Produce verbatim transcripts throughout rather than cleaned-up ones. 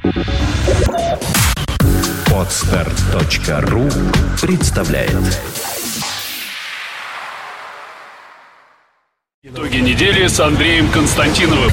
Подстер точка ру представляет. Итоги недели с Андреем Константиновым.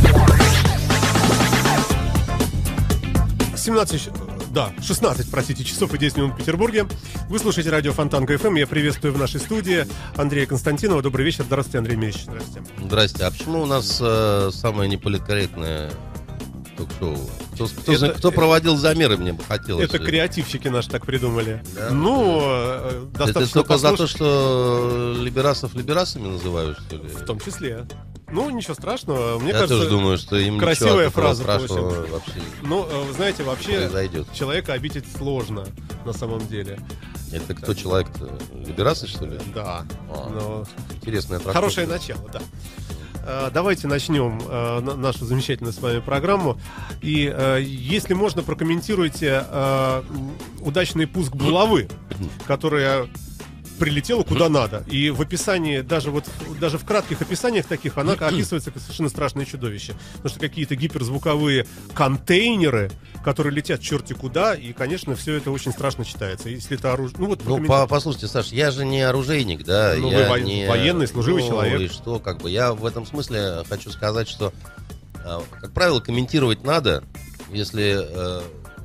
семнадцать, да, шестнадцать, простите, часов и десять минут в Петербурге. Вы слушаете радио Фонтанка эф эм. Я приветствую в нашей студии Андрея Константинова. Добрый вечер. Здравствуйте, Андрей Мельевич. Здравствуйте. Здрасте. А почему у нас э, самое неполиткорректное ток-шоу? Кто, кто, это, кто проводил замеры, мне бы хотелось. Это креативщики наши так придумали. Да? Ну, э, достаточно это только послушать. за то, что либерасов либерасами называют, что ли? В том числе. Ну, ничего страшного. Мне Я кажется, тоже думаю, что им красивая фраза страшного вообще. Ну, вы знаете, вообще произойдет. Человека обидеть сложно на самом деле. Это кто человек-то? Либерасы, что ли? Да. А, но... Интересное трактовка. Хорошее начало, да. Давайте начнем э, нашу замечательную с вами программу. И, э, если можно, прокомментируйте э, удачный пуск булавы, которая прилетела куда надо. И в описании, даже вот даже в кратких описаниях таких, она описывается как совершенно страшное чудовище. Потому что какие-то гиперзвуковые контейнеры, которые летят черти куда, и, конечно, все это очень страшно читается. Если это оружие... Ну, вот, ну по, послушайте, Саш, я же не оружейник, да? Ну, я вы не... военный, служивый ну, человек. И что, как бы, я в этом смысле хочу сказать, что, как правило, комментировать надо, если... Э,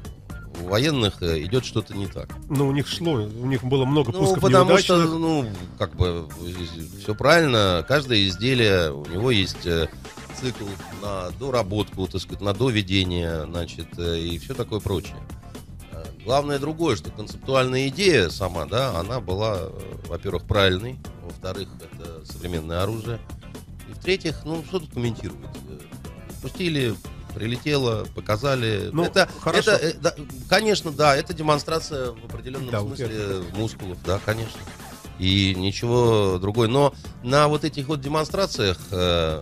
у военных идет что-то не так. Ну, у них шло, у них было много ну, пусков потому неудачных. что, ну, как бы, все правильно, каждое изделие, у него есть цикл на доработку, так сказать, на доведение, значит, и все такое прочее. Главное другое, что концептуальная идея сама, да, она была, во-первых, правильной, во-вторых, это современное оружие, и в-третьих, ну, что тут комментировать? Пустили... Прилетело, показали. Ну, это, хорошо. это, да, конечно, да, это демонстрация в определенном да, смысле уверен. мускулов, да, конечно. И ничего другое. Но на вот этих вот демонстрациях, э,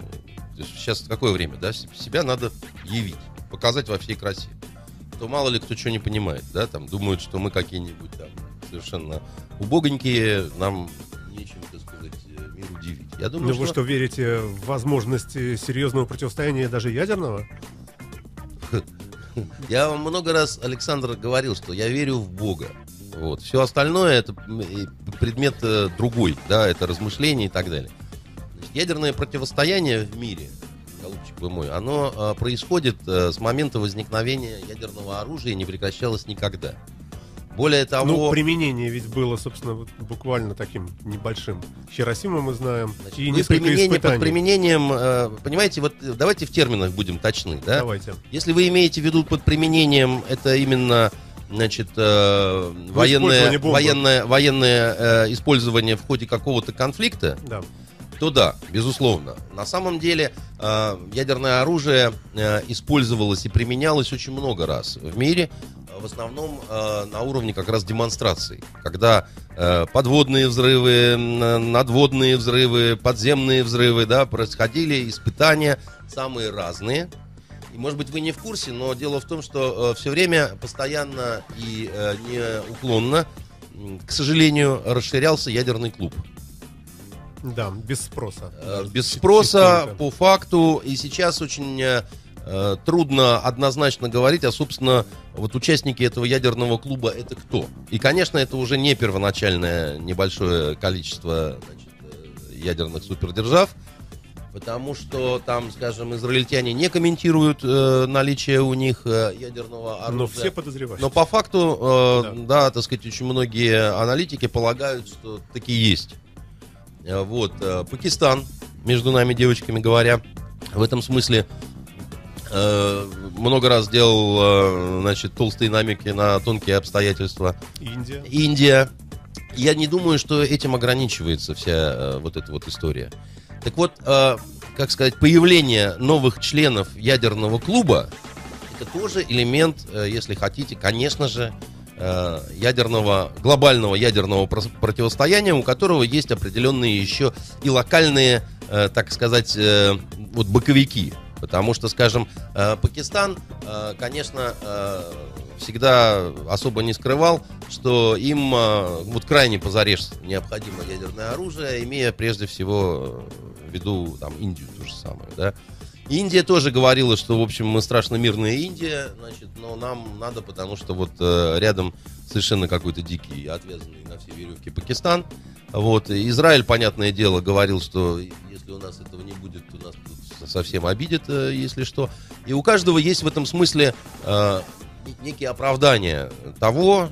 сейчас какое время, да, себя надо явить, показать во всей красе. То мало ли кто что не понимает, да, там думают, что мы какие-нибудь там совершенно убогонькие, нам нечем, так сказать, мир удивить. Я думаю, ну, что... вы что, верите в возможность серьезного противостояния, даже ядерного? Я вам много раз, Александр, говорил, что я верю в Бога. Вот. Все остальное это предмет другой, да, это размышления и так далее. Значит, ядерное противостояние в мире, голубчик вы мой, оно а, происходит а, с момента возникновения ядерного оружия и не прекращалось никогда. Более того... Ну, применение ведь было, собственно, вот буквально таким небольшим. Хиросиму мы знаем. Значит, и мы несколько применение, испытаний. под применением, э, понимаете, вот давайте в терминах будем точны, да? Давайте. Если вы имеете в виду под применением, это именно, значит, э, военное, военное, военное э, использование в ходе какого-то конфликта, да. то да, безусловно. На самом деле э, ядерное оружие э, использовалось и применялось очень много раз в мире. В основном э, на уровне как раз демонстраций, когда э, подводные взрывы, надводные взрывы, подземные взрывы, да, происходили испытания самые разные. И, может быть, вы не в курсе, но дело в том, что э, все время постоянно и э, неуклонно, э, к сожалению, расширялся ядерный клуб. Да, без спроса. Э, без спроса, Частенько. по факту, и сейчас очень... Э, трудно однозначно говорить, а, собственно, вот участники этого ядерного клуба это кто? И, конечно, это уже не первоначальное небольшое количество, значит, ядерных супердержав, потому что там, скажем, израильтяне не комментируют э, наличие у них э, ядерного оружия. Но все подозревают. Но по факту, э, Да. да, так сказать, очень многие аналитики полагают, что таки есть. Э, Вот, э, Пакистан, между нами девочками говоря, в этом смысле много раз делал, значит, толстые намеки на тонкие обстоятельства. Индия. Индия. Я не думаю, что этим ограничивается вся вот эта вот история. Так вот, как сказать, появление новых членов ядерного клуба это тоже элемент, если хотите, конечно же, ядерного, глобального ядерного противостояния, у которого есть определенные еще и локальные, так сказать, вот боковики. Потому что, скажем, Пакистан, конечно, всегда особо не скрывал, что им вот крайне позарез необходимо ядерное оружие, имея прежде всего в виду там Индию, то же самое, да. Индия тоже говорила, что, в общем, мы страшно мирная Индия, значит, но нам надо, потому что вот э, рядом совершенно какой-то дикий, отвязанный на все веревки Пакистан. Вот. Израиль, понятное дело, говорил, что если у нас этого не будет, то нас тут совсем обидят, э, если что. И у каждого есть в этом смысле э, некие оправдания того,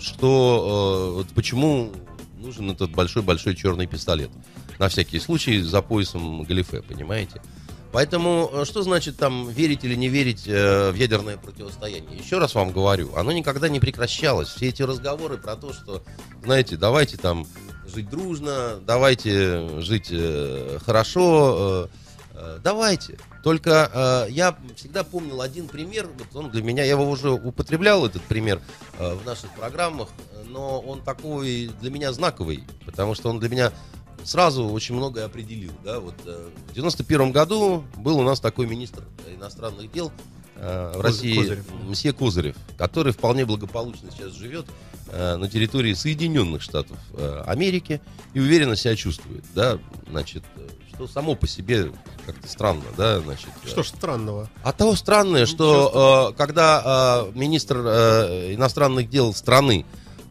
что э, вот почему нужен этот большой-большой черный пистолет. На всякий случай за поясом галифе, понимаете? Поэтому, что значит там верить или не верить э, в ядерное противостояние? Еще раз вам говорю, оно никогда не прекращалось. Все эти разговоры про то, что, знаете, давайте там жить дружно, давайте жить э, хорошо, э, э, давайте. Только э, я всегда помнил один пример, вот он для меня, я его уже употреблял, этот пример, э, в наших программах, но он такой для меня знаковый, потому что он для меня сразу очень многое определил. Да? Вот, э, в девяносто первом году был у нас такой министр иностранных дел э, в России, Козырев. месье Козырев, который вполне благополучно сейчас живет э, на территории Соединенных Штатов э, Америки и уверенно себя чувствует. Да? Значит, что само по себе как-то странно. Да? Значит, Что ж странного? А того странное, что э, когда э, министр э, иностранных дел страны,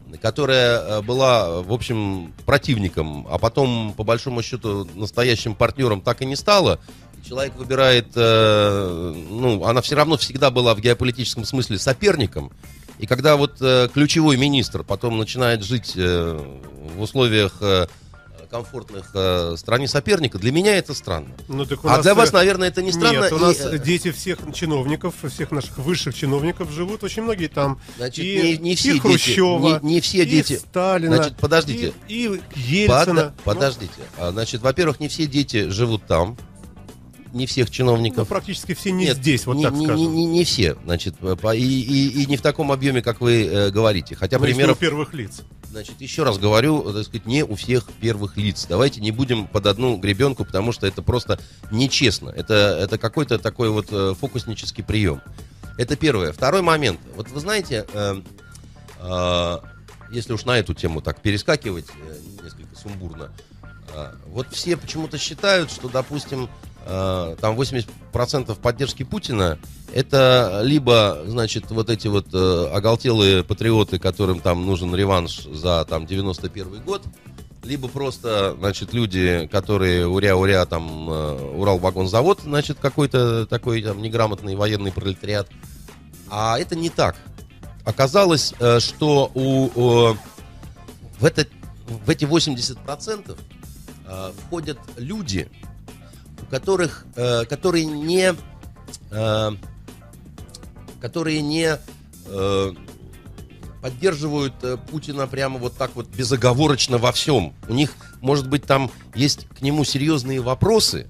которая была, в общем, противником, а потом, по большому счету, настоящим партнером так и не стала, человек выбирает, э, ну, она все равно всегда была в геополитическом смысле соперником, и когда вот э, ключевой министр потом начинает жить э, в условиях э, комфортных э, стране соперника, для меня это странно. Ну, так у А нас, для вас, наверное, это не странно. Нет, у и, нас э, дети всех чиновников, всех наших высших чиновников живут, очень многие там. Значит, и, не, не все и Хрущева, дети, не, не все и дети. Сталина, Значит, подождите. и, и Ельцина. Под- подождите. А, Значит, во-первых, не все дети живут там, не всех Ну, чиновников. практически все не Нет, здесь, вот не, так не, скажем. не, не, не все, значит, по- и, и, и не в таком объеме, как вы э, говорите. Хотя Ну, если примеров, у первых лиц. значит, еще раз говорю, так сказать, не у всех первых лиц. Давайте не будем под одну гребенку, потому что это просто нечестно. Это, это какой-то такой вот э, фокуснический прием. Это первое. Второй момент. Вот вы знаете, э, э, если уж на эту тему так перескакивать э, несколько сумбурно, э, вот все почему-то считают, что, допустим, э, там восемьдесят процентов поддержки Путина это либо, значит, вот эти вот э, оголтелые патриоты, которым там нужен реванш за там девяносто первый год, либо просто, значит, люди, которые уря-уря там э, Уралвагонзавод, значит, какой-то такой там неграмотный военный пролетариат. А это не так. Оказалось, э, что у, э, в, это, в эти восемьдесят процентов э, входят люди, у которых, э, которые не... Э, которые не э, поддерживают э, Путина прямо вот так вот безоговорочно во всем. У них, может быть, там есть к нему серьезные вопросы,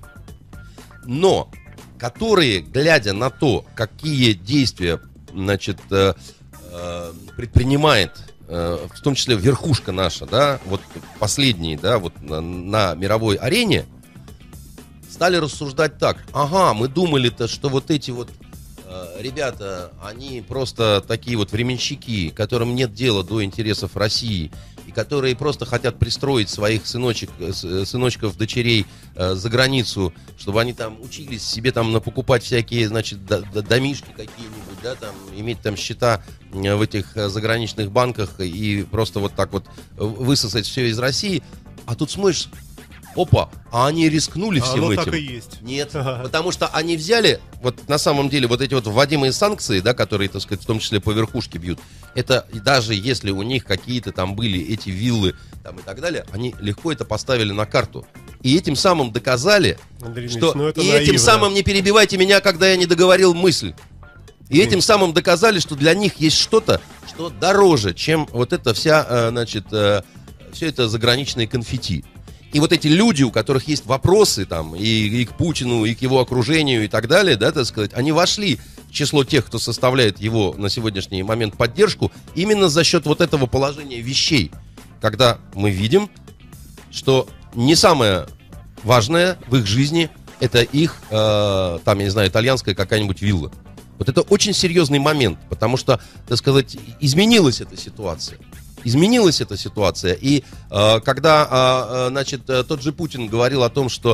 но которые, глядя на то, какие действия, значит, э, э, предпринимает, э, в том числе верхушка наша, да, вот последние, да, вот на, на мировой арене, стали рассуждать так: ага, мы думали-то, что вот эти вот ребята, они просто такие вот временщики, которым нет дела до интересов России, и которые просто хотят пристроить своих сыночек, сыночков, дочерей э, за границу, чтобы они там учились себе там напокупать всякие, значит, домишки какие-нибудь, да, там, иметь там счета в этих заграничных банках и просто вот так вот высосать все из России. А тут смотришь, опа, а они рискнули всем Оно этим. так и есть. Нет, Ага. потому что они взяли, вот на самом деле, вот эти вот вводимые санкции, да, которые, так сказать, в том числе по верхушке бьют, это даже если у них какие-то там были эти виллы там и так далее, они легко это поставили на карту. И этим самым доказали, Андрей что... Ильич, ну это и наивно. этим самым, не перебивайте меня, когда я не договорил мысль. И этим самым доказали, что для них есть что-то, что дороже, чем вот эта вся, э, значит, э, все это заграничные конфетти. И вот эти люди, у которых есть вопросы там и, и к Путину, и к его окружению, и так далее, да, так сказать, они вошли в число тех, кто составляет его на сегодняшний момент поддержку, именно за счет вот этого положения вещей, когда мы видим, что не самое важное в их жизни это их, э, там, я не знаю, итальянская какая-нибудь вилла. Вот это очень серьезный момент, потому что, так сказать, изменилась эта ситуация. Изменилась эта ситуация, и э, когда, э, значит, тот же Путин говорил о том, что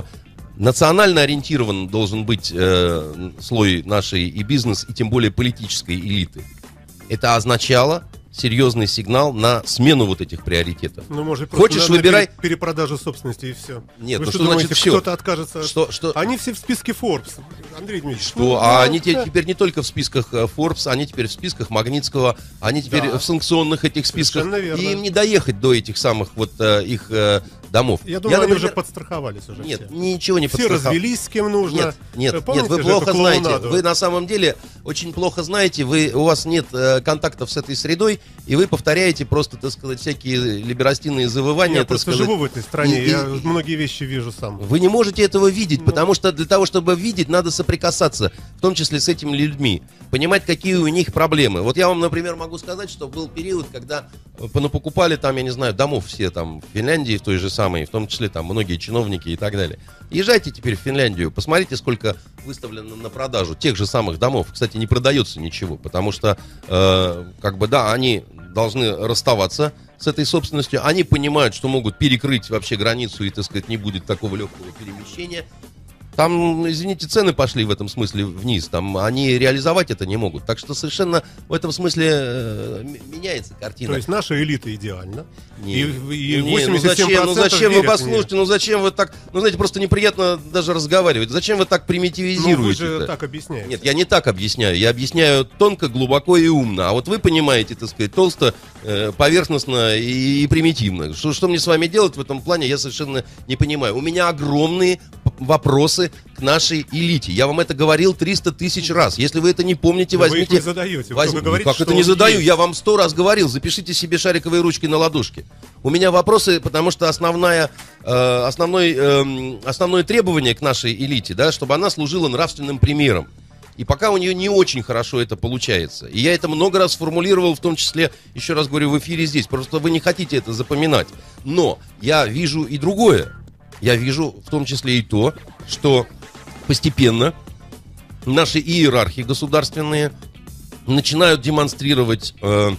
национально ориентирован должен быть э, слой нашей и бизнес, и тем более политической элиты. Это означало серьезный сигнал на смену вот этих приоритетов. Ну, может, Хочешь, на, выбирай... На перепродажу собственности и все. Нет, Вы ну что, что думаете, значит все? кто-то откажется? Что, что... Они все в списке Forbes, Андрей Дмитриевич. Что? Ну, а да, они да. теперь не только в списках э, Forbes, они теперь в списках Магнитского, они теперь Да. в санкционных этих списках. Совершенно верно. И им не доехать до этих самых вот э, их э, домов. Я думаю, они например, уже подстраховались уже Нет, все. ничего не Все подстраховали. развелись с кем нужно. Нет, нет, Э, нет, помните вы же плохо эту знаете. клоунаду? Вы на самом деле очень плохо знаете. Вы, у вас нет э, контактов с этой средой, и вы повторяете просто, так сказать, всякие либерастинные завывания. Я так просто сказать. живу в этой стране, И- я и- многие вещи вижу сам. Вы не можете этого видеть, Ну. потому что для того, чтобы видеть, надо соприкасаться, в том числе с этими людьми, понимать, какие у них проблемы. Вот я вам, например, могу сказать, что был период, когда понапокупали там, я не знаю, домов все там в Финляндии, в той же самой, в том числе там многие чиновники и так далее. Езжайте теперь в Финляндию, посмотрите, сколько выставлено на продажу тех же самых домов. Кстати, не продается ничего, потому что, э, как бы, да, они должны расставаться с этой собственностью, они понимают, что могут перекрыть вообще границу и, так сказать, не будет такого легкого перемещения. Там, извините, цены пошли в этом смысле вниз. Там они реализовать это не могут. Так что совершенно в этом смысле э, м- меняется картина. То есть наша элита идеальна. Не, И, и не, восемьдесят семь ну зачем, ну процентов зачем вы верят в послушайте, ну зачем вы так, ну знаете, просто неприятно даже разговаривать. Зачем вы так неё. Ну, вы примитивизируете? же так объясняете. Нет, я не так объясняю. Я объясняю тонко, глубоко и умно. А вот вы понимаете, так сказать, толсто, э, поверхностно и, и примитивно. Что, что мне с вами делать в этом плане, я совершенно не понимаю. У меня огромные п- вопросы к нашей элите. Я вам это говорил триста тысяч раз. Если вы это не помните, Да вы их возьмите... не задаете. Вы возьм- только говорите, как что это не он задаю? есть. Я вам сто раз говорил. Запишите себе шариковой ручкой на ладошке. У меня вопросы, потому что основная, э, основной, эм, основное требование к нашей элите, да, чтобы она служила нравственным примером. И пока у нее не очень хорошо это получается. И я это много раз формулировал, в том числе, еще раз говорю, в эфире здесь. Просто вы не хотите это запоминать. Но я вижу и другое. Я вижу в том числе и то, что постепенно наши иерархи государственные начинают демонстрировать э,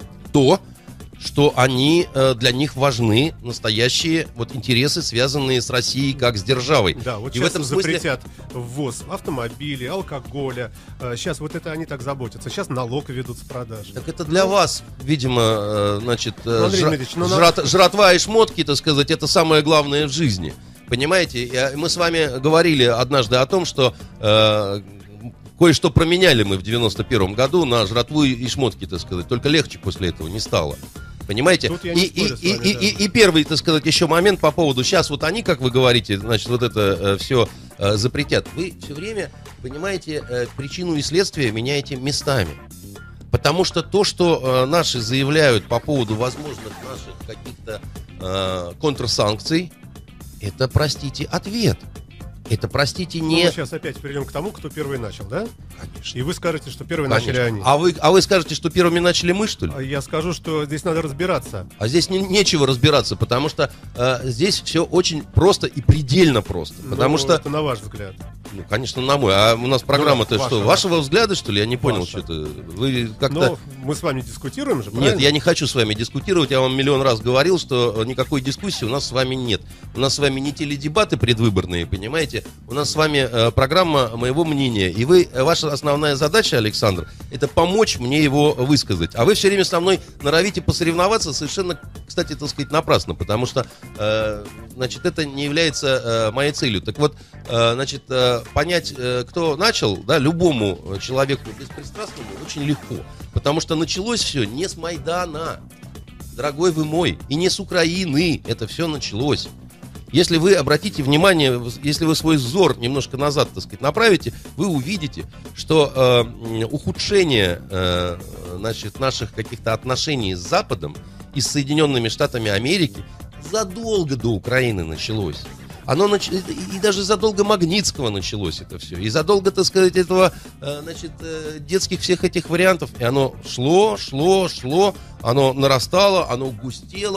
то, что они, э, для них важны настоящие вот интересы, связанные с Россией как с державой. Да, вот И в сейчас этом смысле... запретят ввоз автомобилей, алкоголя. Сейчас вот это они так заботятся. Сейчас налог ведут с продаж. Так это для вас, видимо, э, значит, э, Ну, Андрей жра- Дмитриевич, ну, на- жрат- жратва и шмотки, так сказать, это самое главное в жизни. Понимаете, Я- мы с вами говорили однажды о том, что э, кое-что променяли мы в девяносто первом году на жратву и шмотки, так сказать, только легче после этого не стало. Понимаете? Тут я И, не и, спорю с и, вами, и, да. и, и первый, так сказать, еще момент по поводу, сейчас вот они, как вы говорите, значит, вот это все запретят. Вы все время, понимаете, э, причину и следствие меняете местами. Потому что то, что э, наши заявляют по поводу возможных наших каких-то э, контрсанкций, это, простите, ответ. Это, простите, Ну, не... мы сейчас опять перейдем к тому, кто первый начал, да? Конечно. И вы скажете, что первые Конечно. начали они. А вы, а вы скажете, что первыми начали мы, что ли? А я скажу, что здесь надо разбираться. А здесь не- нечего разбираться, потому что э, здесь все очень просто и предельно просто. Потому Ну, что, это на ваш взгляд. ну, конечно, на мой. А у нас программа-то Ну, что? ваша. Вашего взгляда, что ли? Я не понял, Ваша. что-то. Вы как-то... Но мы с вами дискутируем же, Нет, правильно? я не хочу с вами дискутировать. Я вам миллион раз говорил, что э, никакой дискуссии у нас с вами нет. У нас с вами не теледебаты предвыборные, понимаете? У нас с вами э, программа моего мнения. И вы, э, ваша основная задача, Александр, это помочь мне его высказать. А вы все время со мной норовите посоревноваться совершенно, кстати, так сказать, напрасно. Потому что, э, значит, это не является э, моей целью. Так вот, э, значит, э, понять, э, кто начал, да, любому человеку беспристрастному очень легко. Потому что началось все не с Майдана, дорогой вы мой, и не с Украины это все началось. Если вы обратите внимание, если вы свой взор немножко назад, так сказать, направите, вы увидите, что э, ухудшение э, значит, наших каких-то отношений с Западом и с Соединенными Штатами Америки задолго до Украины началось. Оно нач... и даже задолго Магнитского началось это все. И задолго, так сказать, этого, э, значит, э, детских всех этих вариантов. И оно шло, шло, шло, оно нарастало, оно густело.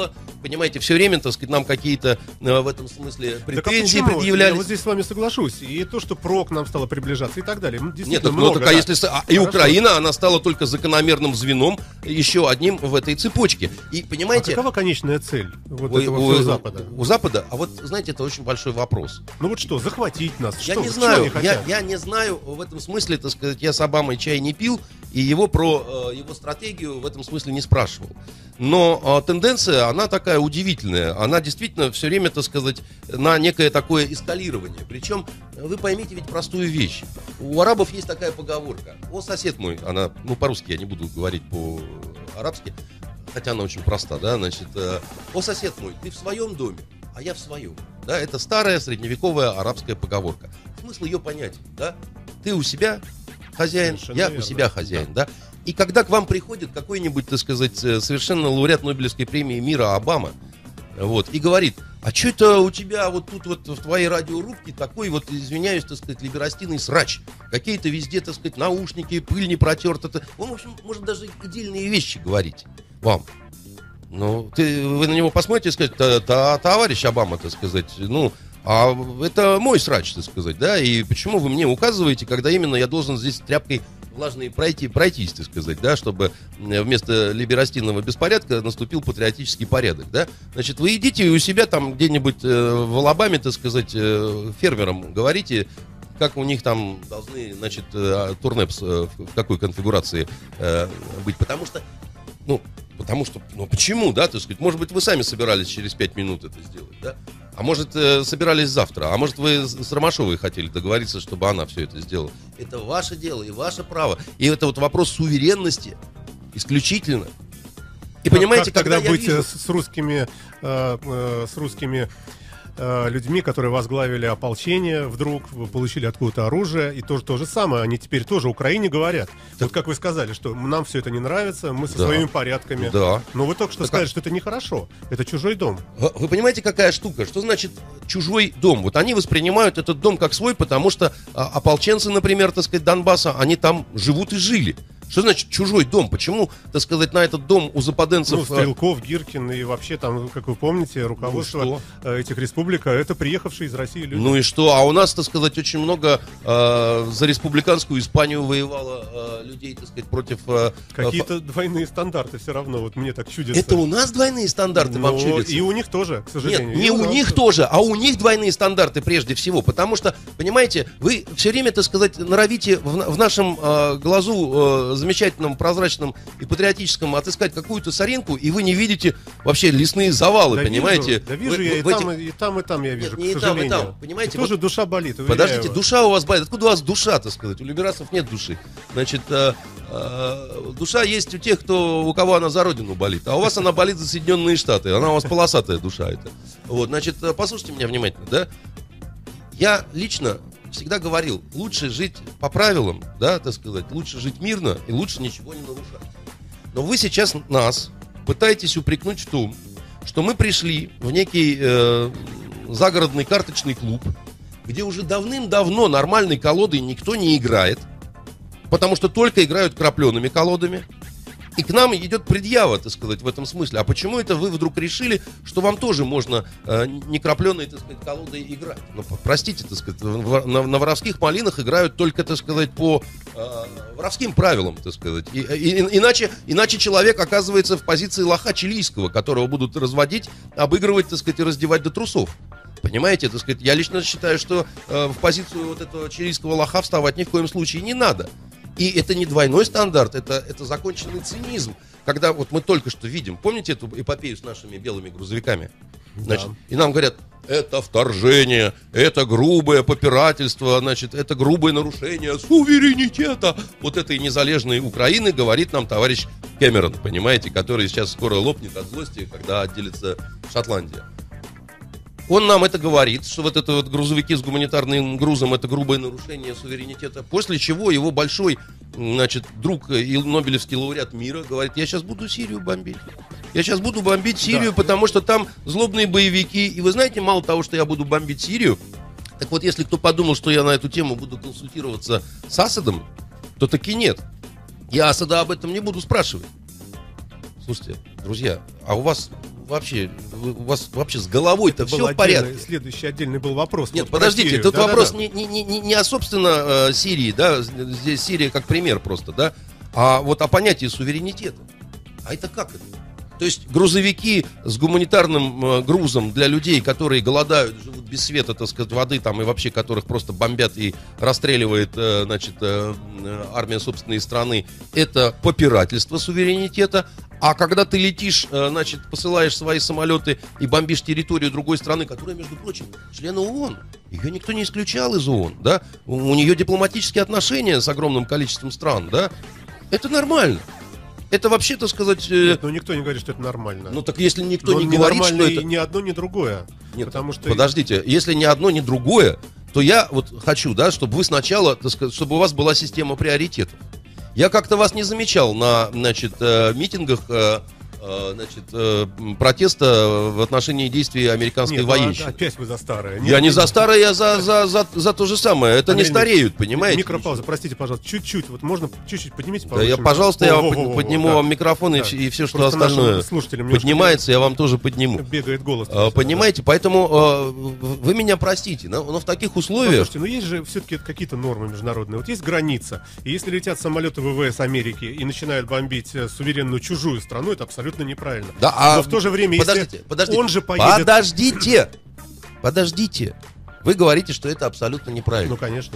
понимаете, все время, так сказать, нам какие-то э, в этом смысле претензии так а предъявлялись. Я вот здесь с вами соглашусь. И то, что ПРО к нам стало приближаться и так далее. Нет, так, ну, так, а да. если... А, и Украина, она стала только закономерным звеном, еще одним в этой цепочке. И, понимаете... А какова конечная цель вот у, этого у, всего Запада? У Запада, а вот, знаете, это очень большой вопрос. Ну вот что, захватить нас? Я что, не что знаю, они хотят? я, я не знаю в этом смысле, так сказать, я с Обамой чай не пил, и его про э, его стратегию в этом смысле не спрашивал. Но э, тенденция, она такая удивительная. Она действительно все время, так сказать, на некое такое эскалирование. Причем, вы поймите ведь простую вещь. У арабов есть такая поговорка. О, сосед мой, она, ну, по-русски я не буду говорить по-арабски, хотя она очень проста, да, значит, э, о, сосед мой, ты в своем доме, а я в своем. Да, это старая средневековая арабская поговорка. Смысл ее понять, да? Ты у себя хозяин, Совершенно я верно. у себя хозяин, да? И когда к вам приходит какой-нибудь, так сказать, совершенно лауреат Нобелевской премии мира Обама, вот, и говорит, а что это у тебя вот тут вот в твоей радиорубке такой вот, извиняюсь, так сказать, либерастийный срач? Какие-то везде, так сказать, наушники, пыль не протерта. Он, в общем, может даже идеальные вещи говорить вам. Ну, ты, вы на него посмотрите и скажете, товарищ Обама, так сказать, ну, а это мой срач, так сказать, да, и почему вы мне указываете, когда именно я должен здесь тряпкой влажной пройти, пройтись, так сказать, да, чтобы вместо либерастинного беспорядка наступил патриотический порядок, да. Значит, вы идите у себя там где-нибудь э, в Алабаме, так сказать, э, фермерам говорите, как у них там должны, значит, э, турнепс э, в какой конфигурации э, быть, потому что, ну, потому что, ну, почему, да, так сказать, может быть, вы сами собирались через пять минут это сделать, да, а может, э, собирались завтра, а может, вы с Ромашовой хотели договориться, чтобы она все это сделала. Это ваше дело и ваше право, и это вот вопрос суверенности исключительно. И Как- понимаете, как когда тогда я быть вижу... э, с, с русскими, э, э, с русскими э, людьми, которые возглавили ополчение, вдруг получили откуда-то оружие, и тоже то же самое, они теперь тоже Украине говорят. Так- Вот как вы сказали, что нам все это не нравится, мы со Да. своими порядками. Да. Но вы только что Так сказали, а- что это нехорошо, это чужой дом. Вы вы понимаете, какая штука? Что значит чужой дом? Вот они воспринимают этот дом как свой, потому что а, ополченцы, например, так сказать, Донбасса, они там живут и жили. Что значит чужой дом? Почему, так сказать, на этот дом у западенцев... Ну, Стрелков, Гиркин и вообще там, как вы помните, руководство Ну, э, этих республик, а это приехавшие из России люди. Ну и что? А у нас, так сказать, очень много э, за республиканскую Испанию воевало э, людей, так сказать, против... э, Какие-то двойные стандарты все равно, вот мне так чудится. Это у нас двойные стандарты вам Ну, чудятся? и у них тоже, к сожалению. Нет, И не у нас них тоже, а у них двойные стандарты прежде всего. Потому что, понимаете, вы все время, так сказать, норовите в, на- в нашем э, глазу э, замечательном, прозрачном и патриотическом отыскать какую-то соринку, и вы не видите вообще лесные завалы, Да понимаете? Вижу, да вижу Вы- я вы- и, в этих- там, и там, и там я вижу, Нет, не к и там, и сожалению. там, понимаете, И тоже вот- душа болит, уверяю Подождите, вас. душа у вас болит. Откуда у вас душа, так сказать? У либерасов нет души. Значит, э, э, душа есть у тех, кто, у кого она за родину болит. А у вас она болит за Соединенные Штаты. Она у вас полосатая душа это. Вот, значит, э, послушайте меня внимательно, да? Я лично всегда говорил, лучше жить по правилам, да, так сказать, лучше жить мирно и лучше ничего не нарушать. Но вы сейчас нас пытаетесь упрекнуть в том, что мы пришли в некий э, загородный карточный клуб, где уже давным-давно нормальной колодой никто не играет, потому что только играют крапленными колодами. И к нам идет предъява, так сказать, в этом смысле. А почему это вы вдруг решили, что вам тоже можно э, не крапленой, так сказать, колодой играть? Ну, простите, так сказать, в, на, на воровских малинах играют только, так сказать, по э, воровским правилам, так сказать. И, и, иначе, иначе человек оказывается в позиции лоха чилийского, которого будут разводить, обыгрывать, так сказать, и раздевать до трусов. Понимаете, так сказать, я лично считаю, что э, в позицию вот этого чилийского лоха вставать ни в коем случае не надо. И это не двойной стандарт, это, это законченный цинизм. Когда вот мы только что видим, помните эту эпопею с нашими белыми грузовиками? Значит, Да. и нам говорят, это вторжение, это грубое попирательство, значит, это грубое нарушение суверенитета вот этой незалежной Украины, говорит нам товарищ Кэмерон, понимаете, который сейчас скоро лопнет от злости, когда отделится Шотландия. Он нам это говорит, что вот это вот грузовики с гуманитарным грузом — это грубое нарушение суверенитета. После чего его большой, значит, друг и нобелевский лауреат мира говорит, я сейчас буду Сирию бомбить. Я сейчас буду бомбить Сирию, Да. потому что там злобные боевики. И вы знаете, мало того, что я буду бомбить Сирию, так вот, если кто подумал, что я на эту тему буду консультироваться с Асадом, то таки нет. Я Асада об этом не буду спрашивать. Слушайте, друзья, а у вас вообще, у вас вообще с головой-то Это все был в порядке. отдельный- Следующий отдельный был вопрос. Нет, вот про подождите, Сирию. тут Да-да-да. вопрос не, не, не, не не о, собственно, э, Сирии, да, здесь Сирия как пример просто, да, а вот о понятии суверенитета. А это как это? То есть грузовики с гуманитарным э, грузом для людей, которые голодают, живут без света, так сказать, воды там, и вообще которых просто бомбят и расстреливает, э, значит, э, э, армия собственной страны, это попирательство суверенитета. А когда ты летишь, э, значит, посылаешь свои самолеты и бомбишь территорию другой страны, которая, между прочим, член ООН, ее никто не исключал из ООН, да, у, у нее дипломатические отношения с огромным количеством стран, да, это нормально. Это вообще, так сказать... э, Нет, ну никто не говорит, что это нормально. Ну так если никто Но не говорит, что нормально это... и ни одно, ни другое. Нет, потому что... подождите, если ни одно, ни другое, то я вот хочу, да, чтобы вы сначала, так сказать, чтобы у вас была система приоритетов. Я как-то вас не замечал на, значит, э, митингах, э, э, значит, э, протеста в отношении действий американской Нет, ну, военщины. опять вы за старое. Я не за старое, я за, за, за, за то же самое. Это Андрей не стареют, понимаете? Микропауза, простите, пожалуйста, чуть-чуть. Вот можно чуть-чуть поднимите Да я, повыше? пожалуйста, я Во, вам во, под- во, во, подниму да. вам микрофон и, Да. вс- и все, что Просто нашим остальное слушателям немножко поднимается, я вам тоже подниму. бегает голос. А, Понимаете, поэтому э, вы меня простите, но, но в таких условиях... Слушайте, ну есть же все-таки какие-то нормы международные. Вот есть граница. И если летят самолеты ВВС Америки и начинают бомбить э, суверенную чужую страну, это абсолютно неправильно. Да, а Но в то же время, подождите, если подождите, он же поедет... подождите, подождите. Вы говорите, что это абсолютно неправильно. Ну, конечно.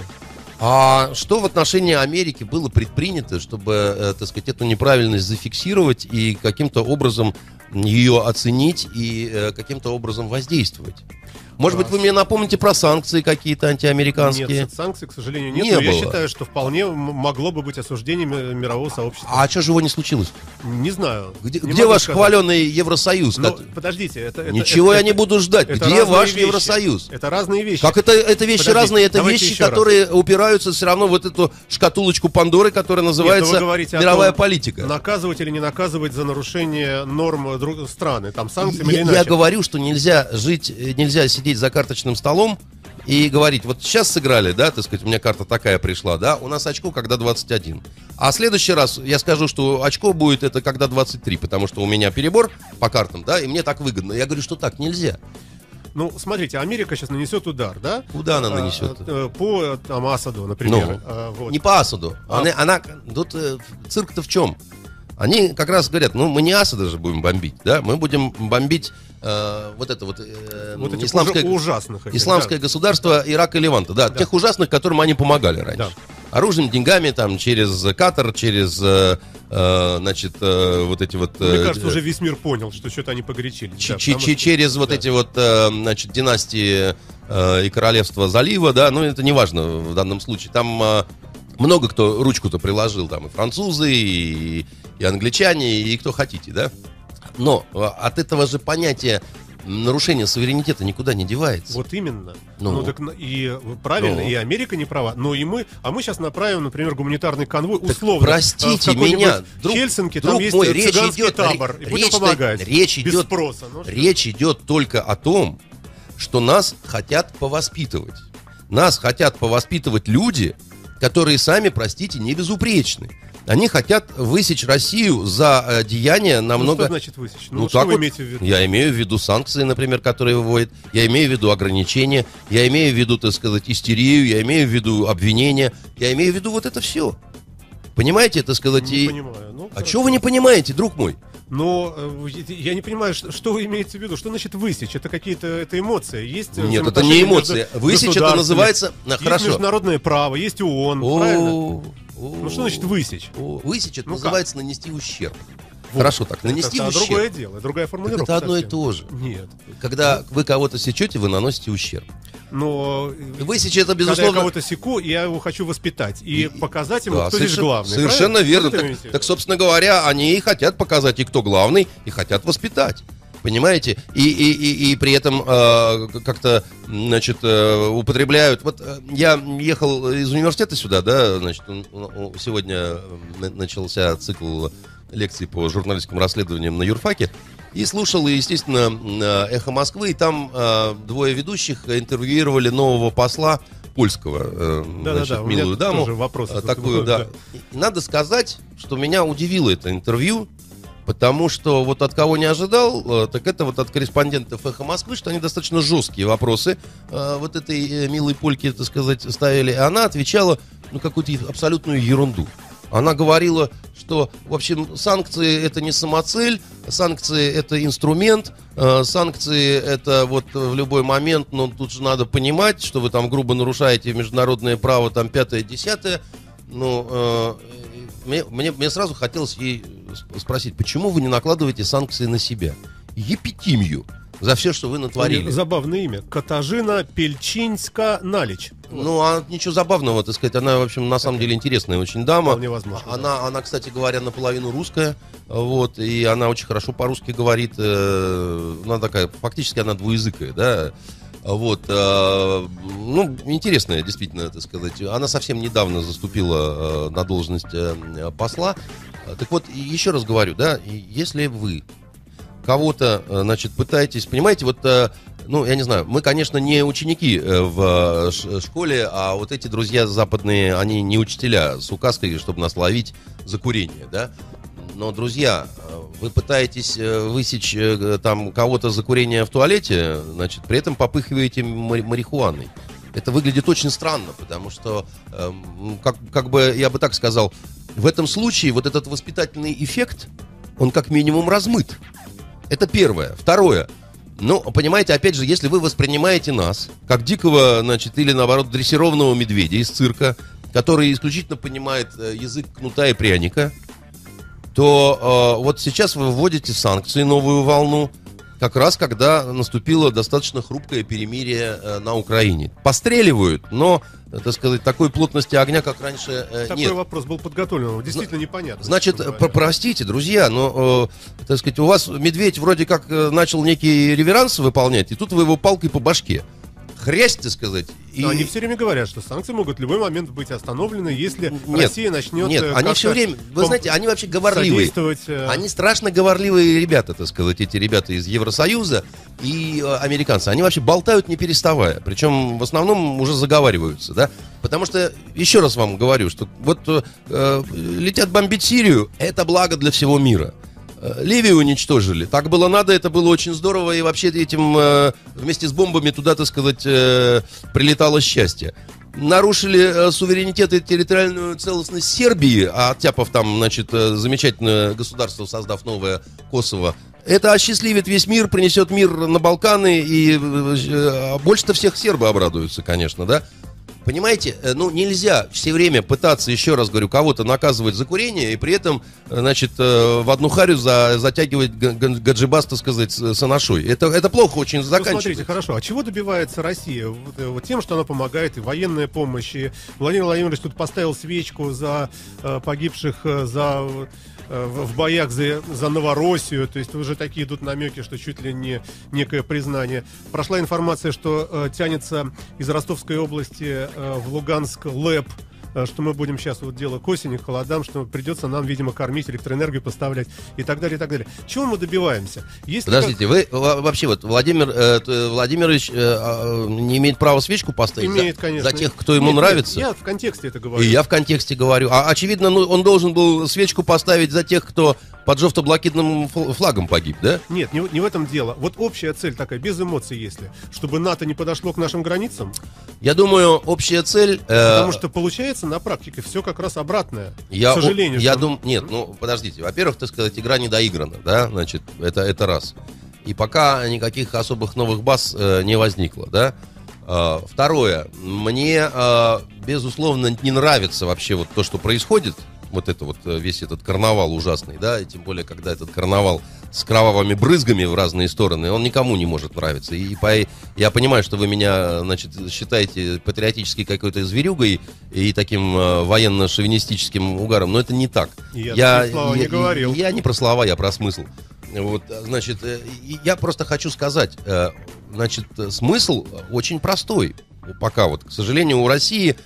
А что в отношении Америки было предпринято, чтобы, э, так сказать, эту неправильность зафиксировать и каким-то образом ее оценить и э, каким-то образом воздействовать? Может быть, вы мне напомните про санкции какие-то антиамериканские? Нет, санкций, к сожалению, нет. Не но я было. считаю, что вполне м- могло бы быть осуждение м- мирового сообщества. А что же его не случилось? Не знаю. Где, Не где могу ваш сказать. хваленый Евросоюз? Но, Кот- подождите, это... это- Ничего это- я не буду ждать. это Где разные ваш вещи. Евросоюз? Это разные вещи. Как это, это вещи Подождите, разные, это давайте вещи, еще раз. которые упираются все равно в вот эту шкатулочку Пандоры, которая Нет, называется но вы говорите о мировая том, политика. Наказывать или не наказывать за нарушение норм друг- страны, там санкциями или Я, иначе. я говорю, что нельзя жить, э, нельзя сидеть за карточным столом и говорить, вот сейчас сыграли, да, так сказать, у меня карта такая пришла, да, у нас очко, когда двадцать один. А в следующий раз я скажу, что очко будет это когда двадцать три, потому что у меня перебор по картам, да, и мне так выгодно. Я говорю, что так нельзя. Ну, смотрите, Америка сейчас нанесет удар, да? Куда она А, нанесет? э, По там, Асаду, например. Ну, А, вот. Не по Асаду. А- Она, она- тут э, цирк-то в чем? Они как раз говорят, ну мы не Асада же будем бомбить, да, мы будем бомбить э, вот это вот, э, Вот этих исламское, ужа- ужасных. этих, исламское да. государство Ирака и Леванта, да, Да. тех ужасных, которым они помогали раньше. Да. Оружием, деньгами, там, через Катар, через, э, э, значит, э, вот эти вот... Мне э, кажется, уже весь мир понял, что что-то они погорячились. Ч- да, ч- потому ч- что- через вот да. эти вот, э, значит, династии э, и королевства залива, да, ну это не важно в данном случае. Там э, много кто ручку-то приложил, там и французы, и, и англичане, и кто хотите, да. Но э, от этого же понятия нарушения суверенитета никуда не девается. Вот именно. Ну. Ну, так, н- и правильно, Ну. и Америка не права. Но и мы, а мы сейчас направим, например, гуманитарный конвой, условно. простите э, в какой-нибудь меня, друг- Хельсинки, друг там есть мой, речь цыганский идет- табор. ре- И будем речь-то- помогать. речь Без идет- спроса. Ну, что- Речь идет только о том, что нас хотят повоспитывать. Нас хотят повоспитывать люди, которые сами, простите, не безупречны. Они хотят высечь Россию за э, деяния Ну, намного... что значит высечь? Ну, Ну, что так вы вот, имеете в виду? я имею в виду санкции, например, которые выводят, я имею в виду ограничения, я имею в виду, так сказать, истерию, я имею в виду обвинения, я имею в виду вот это все. Понимаете, так сказать, Не и... понимаю. Ну, А хорошо. чего вы не понимаете, друг мой? Но э, я не понимаю, что, что вы имеете в виду. Что значит высечь? Это какие-то это эмоции. Есть э, Нет, это взаимоотношения не между эмоции. Высечь это государствами. называется... А, Есть хорошо. международное право, есть ООН, правильно? О, Ну что значит высечь? о, Высечь это Ну как? называется нанести ущерб. Вот. Хорошо так, нанести это, это ущерб. другое дело, другая формулировка. это одно и совсем. то же. Нет. Когда вы кого-то сечете, вы наносите ущерб. Но э, Высечь это, когда я безусловно... кого-то секу, я его хочу воспитать и, И- показать ему, Да, кто здесь совершенно- главный. Совершенно правильно? верно. Что вы Так, имеете в так, виду? собственно говоря, они и хотят показать, и кто главный, и хотят воспитать. Понимаете? И, и, и, и при этом э, как-то, значит, э, употребляют... Вот э, я ехал из университета сюда, да, значит, он- он- сегодня э, на- начался цикл лекций по журналистским расследованиям на юрфаке, и слушал, и, естественно, э, «Эхо Москвы», и там э, двое ведущих интервьюировали нового посла польского, э, Да-да-да, значит, у меня милую даму. тоже вопросы э, тут такую, будут, да. да. И надо сказать, что меня удивило это интервью, Потому что вот от кого не ожидал, так это вот от корреспондентов «Эхо Москвы», что они достаточно жесткие вопросы э, вот этой милой Польке, так сказать, ставили. И она отвечала, ну, какую-то абсолютную ерунду. Она говорила, что, в общем, санкции — это не самоцель, санкции — это инструмент, э, санкции — это вот в любой момент, но тут же надо понимать, что вы там грубо нарушаете международное право, там, пятое-десятое. Ну, э, мне, мне, мне сразу хотелось ей спросить, почему вы не накладываете санкции на себя? Епитимию за все, что вы натворили. Забавное имя. Катажина Пельчинска-Налич. Ну, а ничего забавного, так сказать. Она, в общем, на самом деле интересная очень дама. Вполне возможно, она, да. она, кстати говоря, наполовину русская. Вот, и она очень хорошо по-русски говорит. Э, она такая, фактически она двуязыкая, да. Вот, э, ну, интересная, действительно, так сказать. Она совсем недавно заступила э, на должность э, посла. Так вот, еще раз говорю, да, если вы кого-то, значит, пытаетесь, понимаете, вот, ну, я не знаю, мы, конечно, не ученики в школе, а вот эти друзья западные, они не учителя с указкой, чтобы нас ловить за курение, да. Но, друзья, вы пытаетесь высечь там кого-то за курение в туалете, значит, при этом попыхиваете марихуаной. Это выглядит очень странно, потому что, э, как, как бы, я бы так сказал, в этом случае вот этот воспитательный эффект, он как минимум размыт. Это первое. Второе. Ну, понимаете, опять же, если вы воспринимаете нас как дикого, значит, или, наоборот, дрессированного медведя из цирка, который исключительно понимает язык кнута и пряника, то э, вот сейчас вы вводите санкции, новую волну, как раз когда наступило достаточно хрупкое перемирие э, на Украине. Постреливают, но, так сказать, такой плотности огня, как раньше, э, Такой нет. вопрос был подготовлен, действительно непонятно. Значит, про- простите, друзья, но, э, так сказать, у вас медведь вроде как э, начал некие реверансы выполнять, и тут вы его палкой по башке. Хрясть, так сказать. И... Но они все время говорят, что санкции могут в любой момент быть остановлены, если нет, Россия начнет... Нет, они все время, вы пом- знаете, они вообще говорливые. э... Они страшно говорливые ребята, так сказать, эти ребята из Евросоюза и э, американцы. Они вообще болтают не переставая. Причем в основном уже заговариваются, да. Потому что, еще раз вам говорю, что вот э, летят бомбить Сирию, это благо для всего мира. Ливию уничтожили. Так было надо, это было очень здорово. И вообще этим э, вместе с бомбами туда, так сказать, э, прилетало счастье. Нарушили э, суверенитет и территориальную целостность Сербии, а оттяпав там, значит, э, замечательное государство, создав новое Косово. Это осчастливит весь мир, принесет мир на Балканы, и э, больше-то всех сербы обрадуются, конечно, да? Понимаете, ну нельзя все время пытаться, еще раз говорю, кого-то наказывать за курение и при этом, значит, в одну харю за, затягивать гаджибас, так сказать, с анашой. Это, это плохо очень заканчивается. Ну, смотрите, хорошо, а чего добивается Россия? Вот, вот тем, что она помогает, и военная помощь, и Владимир Владимирович тут поставил свечку за э, погибших, э, за... в боях за, за Новороссию, то есть уже такие идут намеки, что чуть ли не некое признание. Прошла информация, что э, тянется из Ростовской области э, в Луганск ЛЭП, э, что мы будем сейчас, вот дело к осени, к холодам, что придется нам, видимо, кормить, электроэнергию поставлять и так далее, и так далее. Чего мы добиваемся? Если Подождите, как... вы вообще вот Владимир э, Владимирович э, не имеет права свечку поставить имеет, за, конечно. за тех, кто ему нет, нравится? Нет, я в контексте это говорю. И я в контексте говорю. А очевидно, ну, он должен был свечку поставить за тех, кто под жовто-блакитным флагом погиб, да? Нет, не, не в этом дело. Вот общая цель такая, без эмоций, если, чтобы НАТО не подошло к нашим границам. Я думаю, общая цель... Э, Потому что получается на практике все как раз обратное. я, к сожалению. Я что... думаю... Нет, ну, подождите. Во-первых, так сказать, игра не доиграна, да? Значит, это, это раз. И пока никаких особых новых баз э, не возникло, да? Э, второе. Мне, э, безусловно, не нравится вообще вот то, что происходит. Вот это вот, весь этот карнавал ужасный, да, и тем более, когда этот карнавал с кровавыми брызгами в разные стороны, он никому не может нравиться. И по, я понимаю, что вы меня, значит, считаете патриотической какой-то зверюгой и таким э, военно-шовинистическим угаром, но это не так. Я, я такие слова я, не говорил. Я, я не про слова, я про смысл. Вот, значит, э, я просто хочу сказать, э, значит, смысл очень простой. Пока вот, к сожалению, у России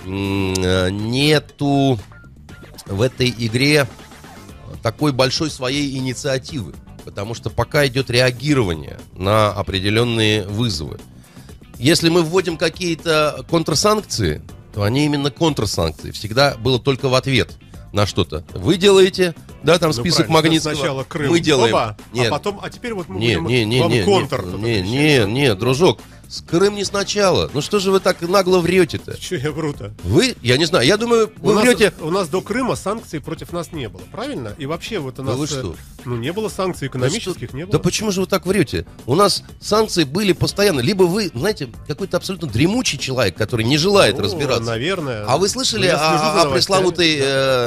э, нету в этой игре такой большой своей инициативы, потому что пока идет реагирование на определенные вызовы. Если мы вводим какие-то контрсанкции, то они именно контрсанкции. Всегда было только в ответ на что-то. Вы делаете, да, там Ну, список правильно. Магнитского. Сначала Крым, Мы делаем. оба, Нет. а потом, а теперь вот мы Не, будем не, не, вам не, контр. не, не, не, не, дружок, с Крым не сначала. Ну что же вы так нагло врете-то? Че я вру-то? Вы, я не знаю, я думаю, У вы нас, врете. у нас до Крыма санкций против нас не было, правильно? И вообще вот у Да нас... вы э, что? Ну, не было санкций экономических, не было. Да почему же вы так врете? У нас санкции были постоянно. Либо вы, знаете, какой-то абсолютно дремучий человек, который не желает Ну, разбираться. наверное. А вы слышали Ну, я слежу за о, о новостями. пресловутой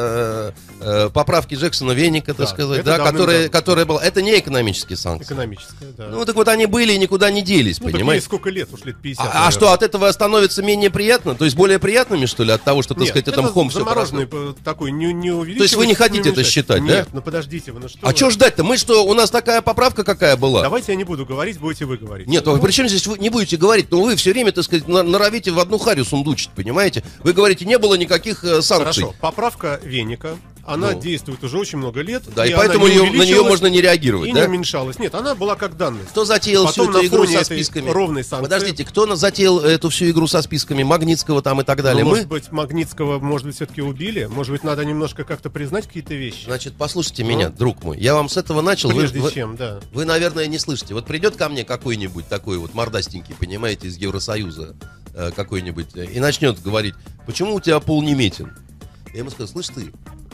э, э, поправке Джексона Веника, так Да, сказать, это да, давным-давно. которая, которая была. Это не экономические санкции. Экономическая, да. Ну так вот они были и никуда не делись, Ну, так ей понимаете? сколько лет? Уж лет пятьдесят, А, а наверное. что, от этого становится менее приятно? То есть более приятными, что ли, от того, что, так Нет, сказать, это это мхом все замороженный п- такой, не, не увеличивается. То есть вы не хотите это уменьшается. считать, да? Нет, ну подождите, вы ну что А вы? что ждать-то? Мы что, у нас такая поправка какая была? Давайте я не буду говорить, будете вы говорить. Нет, Ну, а при чем здесь вы не будете говорить? Ну вы все время, так сказать, на- норовите в одну харю сундучить, понимаете? Вы говорите, не было никаких э, санкций. Хорошо, поправка Веника, она Ну. действует уже очень много лет. Да, и, она поэтому не ее- на нее увеличилась можно не реагировать, и да? не уменьшалась. Нет, она была как данность. Кто затеял Потом всю эту на игру фоне со этой списками? ровной санкции- Подождите, кто на- затеял эту всю игру со списками Магнитского там и так далее? Ну, Мы? может быть, Магнитского, может быть, все-таки убили? Может быть, надо немножко как-то признать какие-то вещи? Значит, послушайте меня, друг мой. Я вам с этого начал. Вы, Прежде вы- чем, да. вы, наверное, не слышите. Вот придет ко мне какой-нибудь такой вот мордастенький, понимаете, из Евросоюза э, какой-нибудь, э, и начнет говорить, почему у тебя пол неметен? Я ему скажу, слышь ты,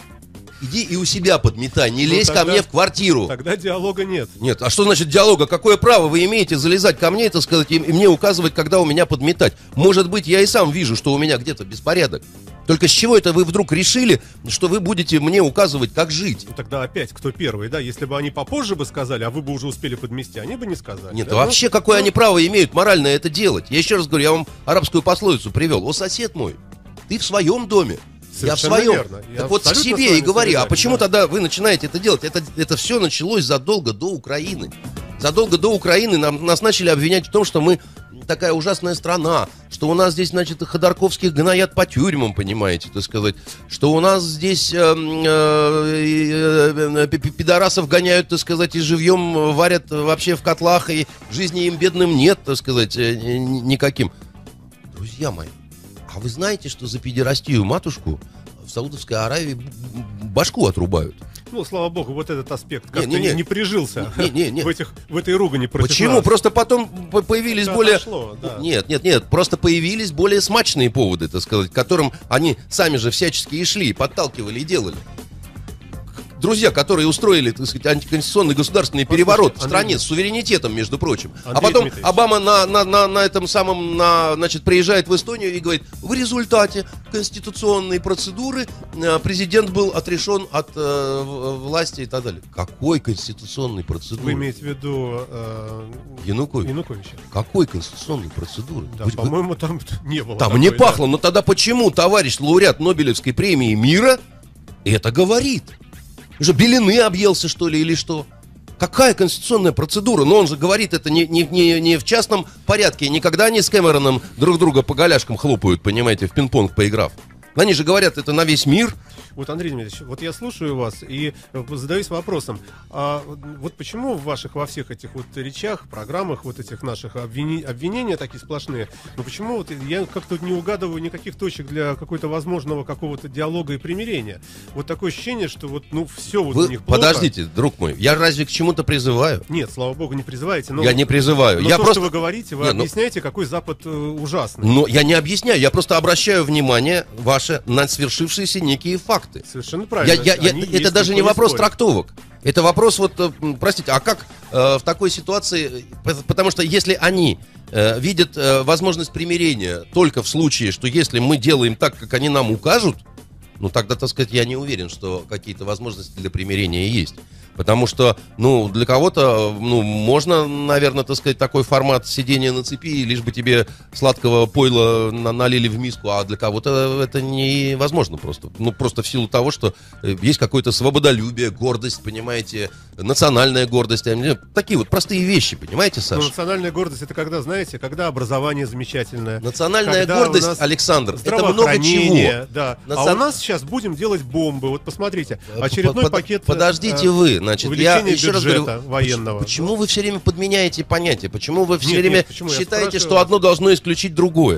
иди и у себя подметай, не Ну, лезь ко тогда- мне в квартиру. Тогда диалога нет. Нет, а что значит диалога? Какое право вы имеете залезать ко мне, так сказать, и, и мне указывать, когда у меня подметать? Может быть, я и сам вижу, что у меня где-то беспорядок. Только с чего это вы вдруг решили, что вы будете мне указывать, как жить? Ну, тогда опять, кто первый, да? Если бы они попозже бы сказали, а вы бы уже успели подмести, они бы не сказали. Нет, да? а вообще Ну, какое ну, они право имеют морально это делать? Я еще раз говорю, я вам арабскую пословицу привел. О, сосед мой, ты в своем доме. Я в Совершенно своем. верно. Я Так вот к абсолютно с себе вами и говори, а солидарен, почему да. тогда вы начинаете это делать? Это, это все началось задолго до Украины. Задолго до Украины нам, нас начали обвинять в том, что мы такая ужасная страна, что у нас здесь, значит, ходорковских гноят по тюрьмам, понимаете, так сказать, что у нас здесь э, э, э, пи- пи- пидорасов гоняют, так сказать, и живьем варят вообще в котлах, и жизни им бедным нет, так сказать, э, ни- никаким. Друзья мои, а вы знаете, что за педерастию матушку в Саудовской Аравии б- б- башку отрубают? Ну, слава богу, вот этот аспект как-то Не, не, не, не. не прижился Не, не, не. В, этих, в этой ругани против Почему? нас. Просто потом по- появились Это более... отошло, да. Нет, нет, нет, просто появились более смачные поводы, так сказать, к которым они сами же всячески и шли, и подталкивали, и делали. Друзья, которые устроили, так сказать, антиконституционный государственный Послушайте, переворот в Андрей стране Дмитриевич. с суверенитетом, между прочим. А Андрей потом Дмитриевич. Обама на, на, на, на этом самом, на, значит, приезжает в Эстонию и говорит, в результате конституционной процедуры э, президент был отрешен от э, в- власти и так далее. Какой конституционной процедуры? Вы имеете в виду э, Янукович. Януковича? Какой конституционной процедуры? Да, Вы- вы- по-моему, там не было. Там такой, не да. пахло, но тогда почему товарищ лауреат Нобелевской премии мира это говорит? Уже белины объелся, что ли, или что? Какая конституционная процедура? Но он же говорит это не, не, не, не в частном порядке. Никогда они с Кэмероном друг друга по голяшкам хлопают, понимаете, в пинг-понг поиграв. Они же говорят это на весь мир. Вот, Андрей Дмитриевич, вот я слушаю вас и э, задаюсь вопросом, а вот почему в ваших во всех этих вот речах, программах, вот этих наших обвини- обвинения такие сплошные, но почему вот я как-то не угадываю никаких точек для какой-то возможного какого-то диалога и примирения? Вот такое ощущение, что вот, ну, все вот у Вы них плохо. подождите, друг мой, я разве к чему-то призываю? Нет, слава богу, не призываете, но... Я не призываю. но Я то, просто... что вы говорите, вы Не, ну- объясняете, какой Запад э, ужасный. Но я не объясняю, я просто обращаю внимание ваше на свершившиеся некие факты. Совершенно Я, правильно. я, я- Они это есть, даже никто не вопрос спорит. трактовок. Это вопрос, вот, э, м, простите, а как э, в такой ситуации, э, потому что если они э, видят э, возможность примирения только в случае, что если мы делаем так, как они нам укажут, ну тогда, так сказать, я не уверен, что какие-то возможности для примирения есть. Потому что, ну, для кого-то, ну, можно, наверное, так сказать, такой формат сидения на цепи, лишь бы тебе сладкого пойла на- налили в миску, а для кого-то это невозможно просто. Ну, просто в силу того, что э, есть какое-то свободолюбие, гордость, понимаете, национальная гордость. я не знаю, Такие вот простые вещи, понимаете, Ну, Саша? национальная гордость — это когда, знаете, когда образование замечательное. Национальная когда гордость, у нас Александр, это много здравоохранение, чего. да. Национ- А у нас сейчас будем делать бомбы. Вот посмотрите, очередной Под- пакет... э, Подождите э, вы, значит, я увеличение еще раз бюджета говорю, военного. Почему, почему вы все время подменяете понятия? Почему вы все Нет, время нет, почему? Я считаете, спрашиваю что вас. одно должно исключить другое?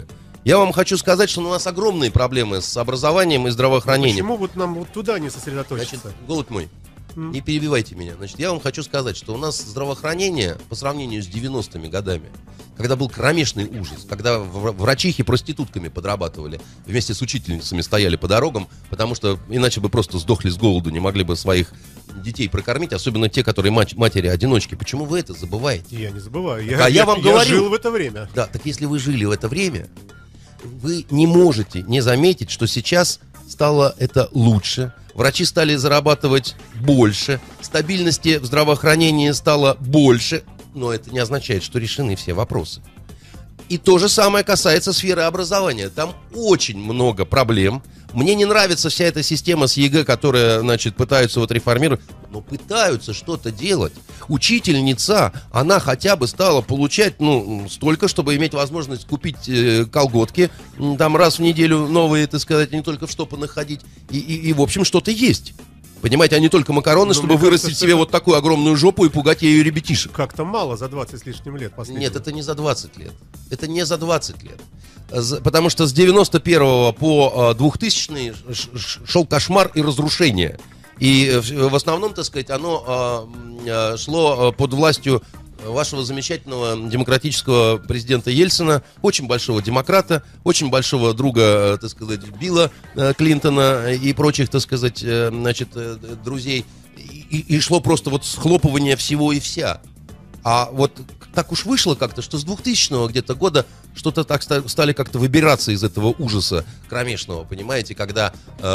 Я вам хочу сказать, что у нас огромные проблемы с образованием и здравоохранением. Почему вот нам вот туда не сосредоточиться? Значит, голубь мой, не перебивайте меня. Значит, я вам хочу сказать, что у нас здравоохранение по сравнению с девяностыми годами, когда был кромешный ужас, когда врачихи проститутками подрабатывали, вместе с учительницами стояли по дорогам, потому что иначе бы просто сдохли с голоду, не могли бы своих детей прокормить, особенно те, которые мать, матери-одиночки. Почему вы это забываете? Я не забываю. Так, Я, а я, я вам я говорю, жил в это время. Да, так если вы жили в это время, вы не можете не заметить, что сейчас стало это лучше. Врачи стали зарабатывать больше, стабильности в здравоохранении стало больше, но это не означает, что решены все вопросы. И то же самое касается сферы образования. Там очень много проблем. Мне не нравится вся эта система с ЕГЭ, которая, значит, пытаются вот реформировать. Но пытаются что-то делать. Учительница, она хотя бы стала получать, ну, столько, чтобы иметь возможность купить э, колготки, там раз в неделю новые, так сказать, не только в штопанных ходить. И, и, и в общем, что-то есть. Понимаете, а не только макароны, Но чтобы мне вырастить кажется, себе что вот такую огромную жопу и пугать ею ребятишек. Как-то мало за двадцать с лишним лет последних. Нет, это не за двадцать лет. Это не за двадцать лет. За- Потому что с девяносто первого по двухтысячный шел кошмар и разрушение. И э, в в основном, так сказать, оно а, м, а, шло а, под властью вашего замечательного демократического президента Ельцина, очень большого демократа, очень большого друга, э, так сказать, Билла э, Клинтона и прочих, так сказать, э, значит, э, друзей. И, и шло просто вот схлопывание всего и вся. А вот так уж вышло как-то, что с двухтысячного где-то года что-то так ста- стали как-то выбираться из этого ужаса кромешного, понимаете, когда,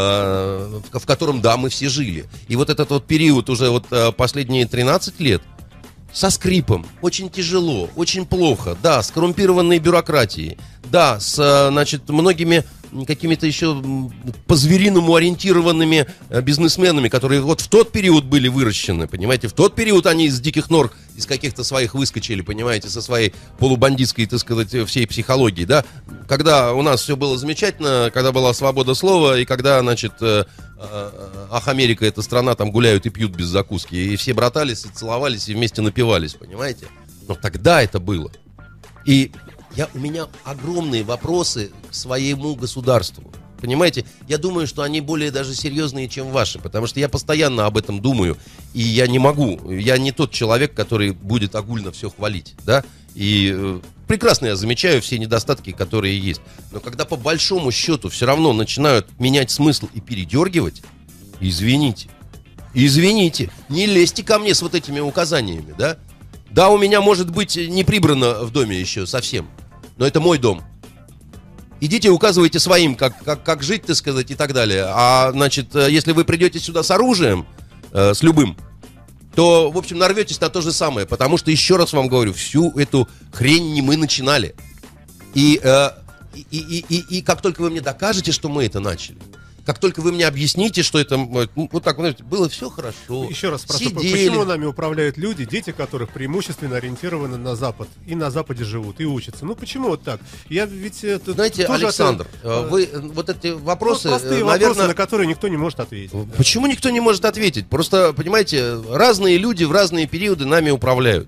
э, в, в котором, да, мы все жили. И вот этот вот период уже вот э, последние тринадцать лет со скрипом, очень тяжело, очень плохо, да, с коррумпированной бюрократией, да, с, э, значит, многими какими-то еще м, по-звериному ориентированными э, бизнесменами, которые вот в тот период были выращены, понимаете, в тот период они из диких нор, из каких-то своих выскочили, понимаете, со своей полубандитской, так сказать, всей психологией, да, когда у нас все было замечательно, когда была свобода слова, и когда, значит, э, э, ах, Америка, эта страна, там гуляют и пьют без закуски, и все братались, и целовались, и вместе напивались, понимаете, но тогда это было. И я, у меня огромные вопросы к своему государству. Понимаете, я думаю, что они более даже серьезные, чем ваши, потому что я постоянно об этом думаю, и я не могу, я не тот человек, который будет огульно все хвалить, да, и э, прекрасно я замечаю все недостатки, которые есть, но когда по большому счету все равно начинают менять смысл и передергивать, извините, извините, не лезьте ко мне с вот этими указаниями, да, да, у меня может быть не прибрано в доме еще совсем, но это мой дом. Идите, указывайте своим, как, как, как жить, так сказать, и так далее. А, значит, если вы придете сюда с оружием, э, с любым, то, в общем, нарветесь на то же самое. Потому что, еще раз вам говорю, всю эту хрень не мы начинали. И, э, и, и, и, и как только вы мне докажете, что мы это начали, как только вы мне объясните, что это, ну, вот так, знаете, было все хорошо. Еще раз спрашиваю, Сидели. почему нами управляют люди, дети которых преимущественно ориентированы на Запад, и на Западе живут, и учатся? Ну почему вот так? Я ведь... Это, Знаете, тоже Александр, это, вы вот эти вопросы, ну, простые наверное... вопросы, на которые никто не может ответить. Почему никто не может ответить? Просто, понимаете, разные люди в разные периоды нами управляют.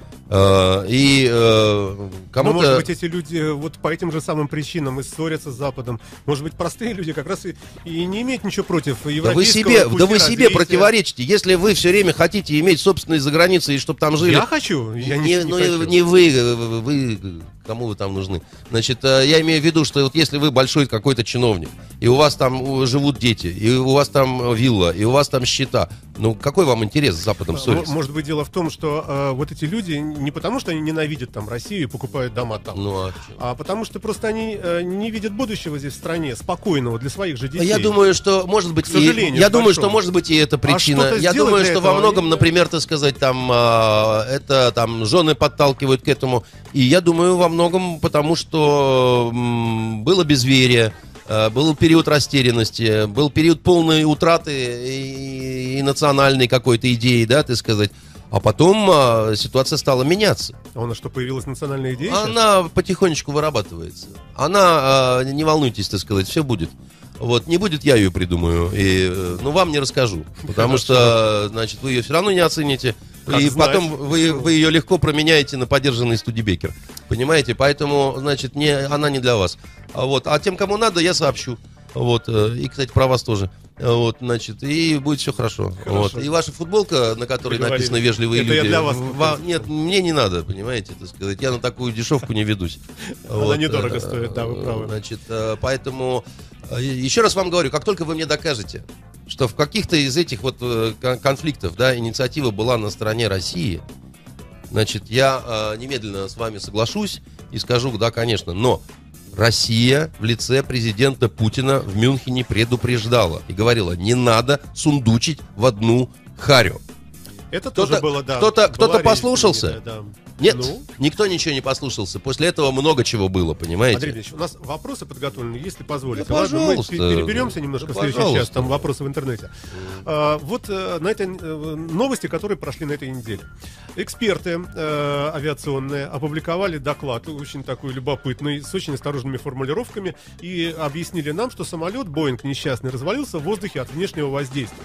Э, И э, Но, кому-то... может быть, эти люди вот по этим же самым причинам и ссорятся с Западом. Может быть, простые люди как раз и, и не имеют ничего против Да вы европейского себе, пути да вы себе развития. противоречите. Если вы все время хотите иметь собственность за границей, и чтобы там жили... Я хочу, я не, не, не ну, хочу. не вы, вы, кому вы там нужны. Значит, э, я имею в виду, что вот если вы большой какой-то чиновник, и у вас там э, живут дети, и у вас там вилла, и у вас там счета, ну какой вам интерес с Западом ссориться? Может быть, дело в том, что э, вот эти люди не потому, что они ненавидят там Россию и покупают дома там, Ну, а чё? а потому что просто они э, не видят будущего здесь в стране, спокойного для своих же детей. Я думаю, что может быть, К сожалению, и, я думаю, большому. что может быть и это причина. что-то Я сделать думаю, для что во этого многом, и- например, так сказать, там а, это там жены подталкивают к этому. И я думаю, во многом потому, что м, было безверие, а, был период растерянности, был период полной утраты и, и национальной какой-то идеи, да, так сказать. А потом а, ситуация стала меняться. А у нас что, появилась национальная идея? сейчас? Она потихонечку вырабатывается. Она, э, не волнуйтесь, так сказать, все будет. Вот, не будет, я ее придумаю. И, э, ну, вам не расскажу. Потому что, значит, вы ее все равно не оцените. Как и знать. потом вы, вы ее легко променяете на подержанный Студебекер. Понимаете? Поэтому, значит, не, она не для вас. А, вот, а тем, кому надо, я сообщу. Вот, э, и, кстати, про вас тоже. Вот, значит, и будет все хорошо. Хорошо. Вот. И ваша футболка, на которой Договорились. написано «Вежливые Это люди». я для вас ва- Нет, мне не надо, понимаете, так сказать. Я на такую дешевку не ведусь. Она недорого стоит, да, вы правы. Значит, э, поэтому э, еще раз вам говорю, как только вы мне докажете, что в каких-то из этих вот э, кон- конфликтов, да, инициатива была на стороне России, значит, я э, немедленно с вами соглашусь и скажу, да, конечно, но Россия в лице президента Путина в Мюнхене предупреждала и говорила, не надо сундучить в одну харю. Это Кто-то- тоже было, да. кто-то- была кто-то речь послушался? знаменитая, да. Нет, Ну? никто ничего не послушался. После этого много чего было, понимаете? Андрей Ильич, у нас вопросы подготовлены, если позволите. Да, Ладно, мы пожалуйста. пе- переберемся немножко Да, в следующий пожалуйста. час, там вопросы в интернете. А, вот э, на этой э, новости, которые прошли на этой неделе. Эксперты э, авиационные опубликовали доклад, очень такой любопытный, с очень осторожными формулировками, и объяснили нам, что самолет Боинг несчастный развалился в воздухе от внешнего воздействия.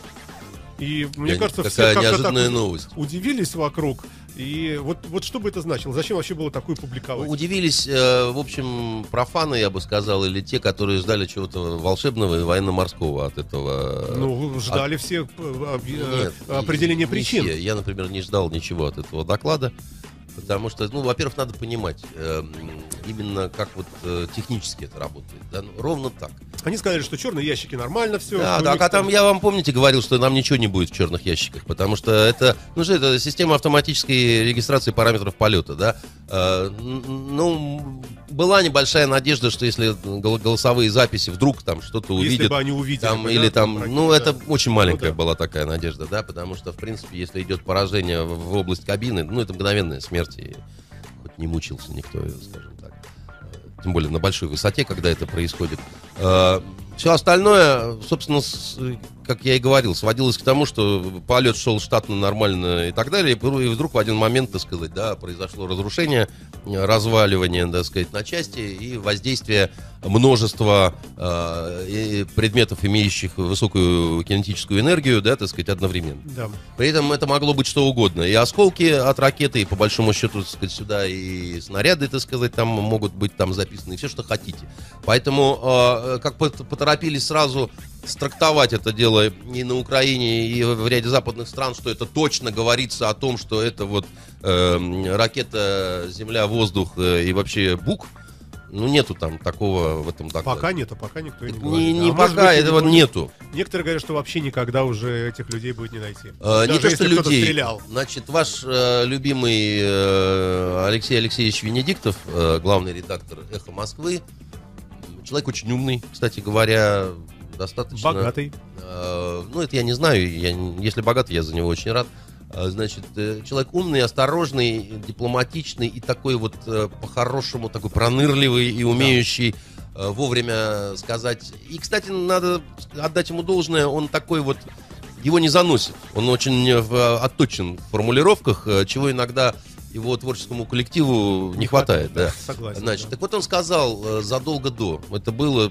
И мне Я- кажется, все какая как-то так неожиданная уд- новость. удивились вокруг. И вот, вот что бы это значило? Зачем вообще было такое публиковать? Удивились, э, в общем, профаны, я бы сказал, или те, которые ждали чего-то волшебного и военно-морского от этого. Ну, ждали все э, э, Нет, определения не причин. все. Я, например, не ждал ничего от этого доклада, потому что, ну, во-первых, надо понимать э, именно как вот э, технически это работает. Да? Ну, ровно так. Они сказали, что черные ящики нормально все. Да, так, а там я вам, помните, говорил, что нам ничего не будет в черных ящиках, потому что это, ну что это, система автоматической регистрации параметров полета, да. Э, н- ну, была небольшая надежда, что если гол- голосовые записи вдруг там что-то Если увидят, бы они увидели. там, бы, или да, там, ракеты, ну, да. это очень маленькая Ну, да. была такая надежда, да, потому что, в принципе, если идет поражение в, в область кабины, ну, это мгновенная смерть, и хоть не мучился никто, скажем так. Э, Тем более на большой высоте, когда это происходит. Все остальное, собственно, с- как я и говорил, сводилось к тому, что полет шел штатно, нормально и так далее, и вдруг- и вдруг в один момент, так сказать, да, произошло разрушение, э, разваливание, так сказать, на части и воздействие множества э, и предметов, имеющих высокую кинетическую энергию, да, так сказать, одновременно. Да. При этом это могло быть что угодно. И осколки от ракеты, и по большому счету, так сказать, сюда и снаряды, так сказать, там могут быть там записаны, и все, что хотите. Поэтому, э, как пот- поторопились сразу страктовать это дело и на Украине, и в ряде западных стран, что это точно говорится о том, что это вот э, ракета Земля-воздух э, и вообще БУК. Ну, нету там такого в этом докладе. Пока нету, пока никто и не Не, говорит. не А может пока, быть, и этого будет. нету. Некоторые говорят, что вообще никогда уже этих людей будет не найти. Э, не Даже то, что если кто-то людей. стрелял. Значит, ваш э, любимый э, Алексей Алексеевич Венедиктов, э, главный редактор «Эхо Москвы», человек очень умный, кстати говоря, достаточно... Богатый. Э, ну, это я не знаю, я, не- если богатый, я за него очень рад. Э, Значит, э, человек умный, осторожный, дипломатичный и такой вот э, по-хорошему, такой пронырливый и умеющий э, вовремя сказать. И, кстати, надо отдать ему должное, он такой вот, его не заносит. Он очень э, в- отточен в формулировках, э, чего иногда его творческому коллективу не хватает. Да. Согласен. Значит, да. так вот он сказал э, задолго до, это было,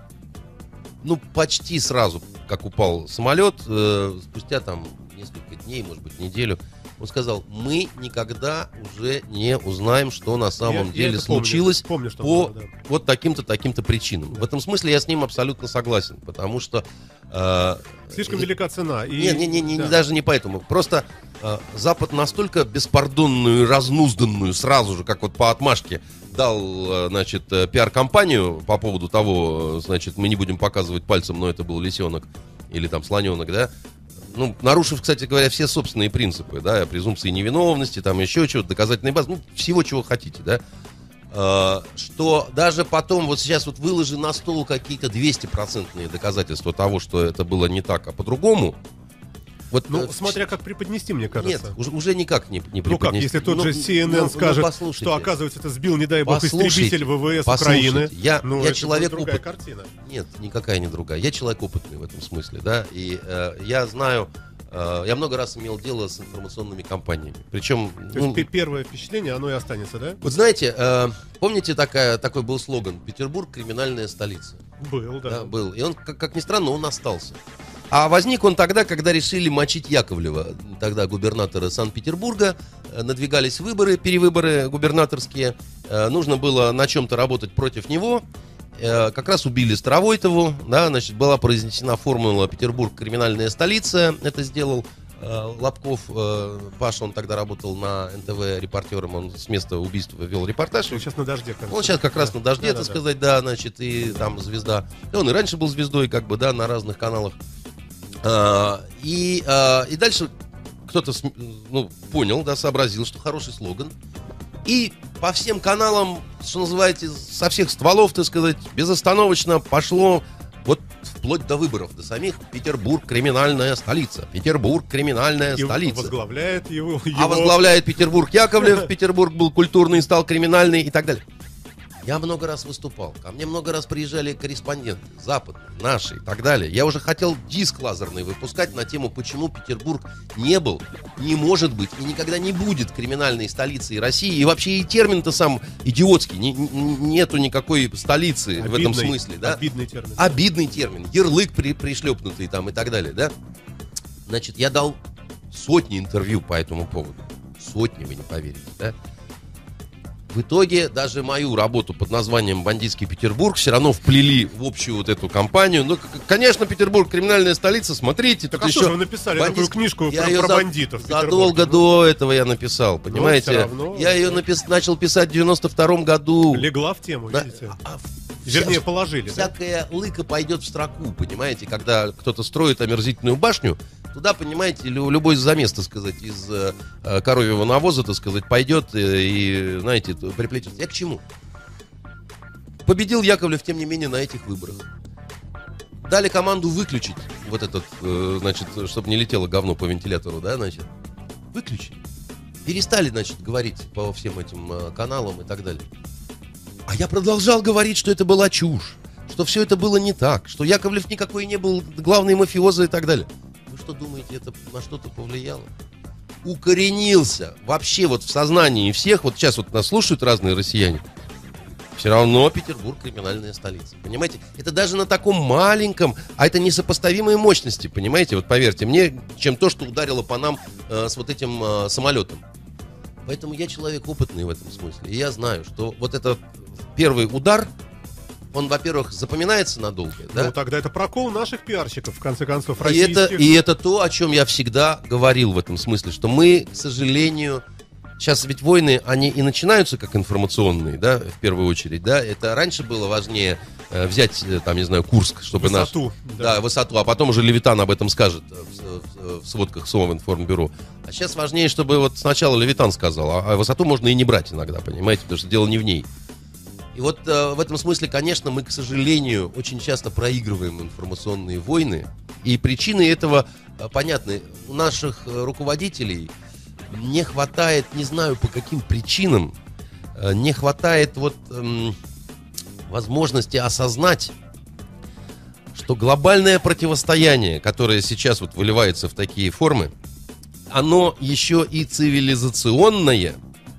ну, почти сразу, как упал самолет, э, спустя там несколько дней, может быть, неделю, он сказал, мы никогда уже не узнаем, что на самом Я- я деле это помню. случилось Помню, что по было, да. вот таким-то, таким-то причинам. В этом смысле я с ним абсолютно согласен, потому что... э, Слишком э, велика цена. И... не, не, не, не, да. даже не поэтому. Просто э, Запад настолько беспардонную, разнузданную сразу же, как вот по отмашке, дал, э, значит, э, пиар-компанию по поводу того, э, значит, мы не будем показывать пальцем, но это был лисенок или там слоненок, да, ну, нарушив, кстати говоря, все собственные принципы, да, презумпции невиновности, там еще чего-то, доказательной базы, ну, всего, чего хотите, да, Э, что даже потом, вот сейчас вот выложи на стол какие-то двести-процентные доказательства того, что это было не так, а по-другому. Вот, Ну, э, смотря как преподнести, мне кажется. Нет, уже, уже никак не, не Ну как, преподнести. если тот Ну, же си эн эн ну, ну, скажет, послушайте. что, оказывается, это сбил, не дай бог, Послушайте, истребитель ВВС послушайте, Украины. я- ну, я это человек будет другая опыт- картина. Нет, никакая не другая. Я человек опытный в этом смысле, да, и э, я знаю, э, я много раз имел дело с информационными компаниями. Причем, То ну, есть пе- первое впечатление, оно и останется, да? вот знаете, э, помните такая, такой был слоган «Петербург – криминальная столица». Был, да. Да, был. И он, как, как ни странно, он остался. А возник он тогда, когда решили мочить Яковлева, тогда губернатора Санкт-Петербурга. Надвигались выборы, перевыборы губернаторские. Нужно было на чем-то работать против него. Как раз убили Старовойтову, да, значит, была произнесена формула «Петербург – криминальная столица». Это сделал Лобков. Паша, он тогда работал на эн тэ вэ репортером, он с места убийства вел репортаж. Он сейчас на «Дожде», кажется. Он сейчас как раз на «Дожде», да, так да, сказать, да. да, значит, и там звезда. И он и раньше был звездой, как бы, да, на разных каналах. А, и, а, и дальше кто-то, ну, понял, да, сообразил, что хороший слоган. И по всем каналам, что называете, со всех стволов, так сказать, безостановочно пошло, вот вплоть до выборов, до самих: Петербург — криминальная столица. Петербург — криминальная и столица. возглавляет его, его... А возглавляет Петербург Яковлев. Петербург был культурный, стал криминальный и так далее. Я много раз выступал, ко мне много раз приезжали корреспонденты, западные, наши и так далее. Я уже хотел диск лазерный выпускать на тему, почему Петербург не был, не может быть и никогда не будет криминальной столицей России. И вообще и термин-то сам идиотский, не, не, нету никакой столицы обидный, в этом смысле. Да? Обидный термин. Обидный термин, ярлык при, пришлепнутый там и так далее. Да? Значит, я дал сотни интервью по этому поводу. Сотни, вы не поверите, да? В итоге даже мою работу под названием «Бандитский Петербург» все равно вплели в общую вот эту кампанию. Ну, конечно, Петербург — криминальная столица, смотрите. Так тут а еще что же вы написали бандитский... такую книжку я про, ее про за... бандитов? Задолго до этого я написал, понимаете? Ну, равно, я ее напис... начал писать в девяносто втором году. Легла в тему, да? видите? А, а, Вернее, вся... положили, Всякая да? лыка пойдет в строку, понимаете? Когда кто-то строит омерзительную башню, туда, понимаете, любой замес, так сказать, из э, коровьего навоза, так сказать, пойдет и, и, знаете, приплетется. Я к чему? Победил Яковлев, тем не менее, на этих выборах. Дали команду выключить вот этот, э, значит, чтобы не летело говно по вентилятору, да, значит. Выключили. Перестали, значит, говорить по всем этим э, каналам и так далее. А я продолжал говорить, что это была чушь, что все это было не так, что Яковлев никакой не был главный мафиоза и так далее. Вы что думаете, это на что-то повлияло? Укоренился вообще вот в сознании всех, вот сейчас вот нас слушают разные россияне, все равно Петербург — криминальная столица, понимаете? Это даже на таком маленьком, а это несопоставимые мощности, понимаете? Вот поверьте мне, чем то, что ударило по нам э, с вот этим э, самолетом. Поэтому я человек опытный в этом смысле, и я знаю, что вот этот первый удар, он, во-первых, запоминается надолго. Да? Ну, тогда это прокол наших пиарщиков, в конце концов, и российских. это, и это то, о чем я всегда говорил в этом смысле, что мы, к сожалению... Сейчас ведь войны, они и начинаются как информационные, да, в первую очередь, да. Это раньше было важнее э, взять, там, не знаю, Курск, чтобы высоту, наш... да. да, высоту, а потом уже Левитан об этом скажет в, в, в сводках Совинформбюро. А сейчас важнее, чтобы вот сначала Левитан сказал, а, а высоту можно и не брать иногда, понимаете, потому что дело не в ней. И вот э, в этом смысле, конечно, мы, к сожалению, очень часто проигрываем информационные войны. И причины этого э, понятны. У наших э, руководителей не хватает, не знаю по каким причинам, э, не хватает вот э, возможности осознать, что глобальное противостояние, которое сейчас вот выливается в такие формы, оно еще и цивилизационное,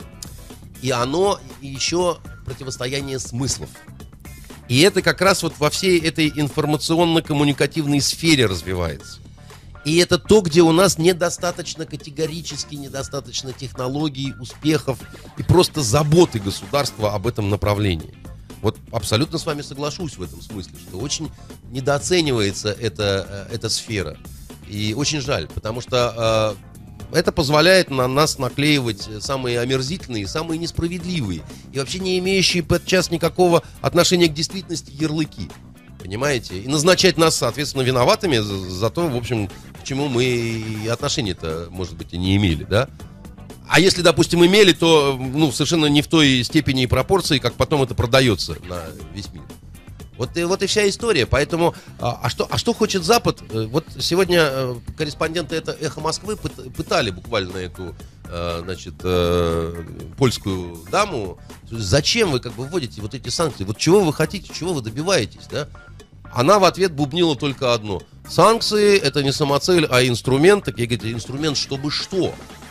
и оно еще противостояние смыслов. И это как раз вот во всей этой информационно-коммуникативной сфере развивается. И это то, где у нас недостаточно категорически, недостаточно технологий, успехов и просто заботы государства об этом направлении. Вот абсолютно с вами соглашусь в этом смысле, что очень недооценивается эта, эта сфера. И очень жаль, потому что э, это позволяет на нас наклеивать самые омерзительные, самые несправедливые и вообще не имеющие подчас никакого отношения к действительности ярлыки. Понимаете? И назначать нас, соответственно, виноватыми за, за то, в общем, к чему мы и отношения-то, может быть, и не имели, да? А если, допустим, имели, то, ну, совершенно не в той степени и пропорции, как потом это продается на весь мир. Вот и, вот и вся история. Поэтому, а, а, что, а что хочет Запад? Вот сегодня корреспонденты это «Эхо Москвы» пытали буквально эту, значит, польскую даму. Зачем вы как бы вводите вот эти санкции? Вот чего вы хотите, чего вы добиваетесь, да? Она в ответ бубнила только одно. Санкции — это не самоцель, а инструмент. Так я говорю, инструмент чтобы что?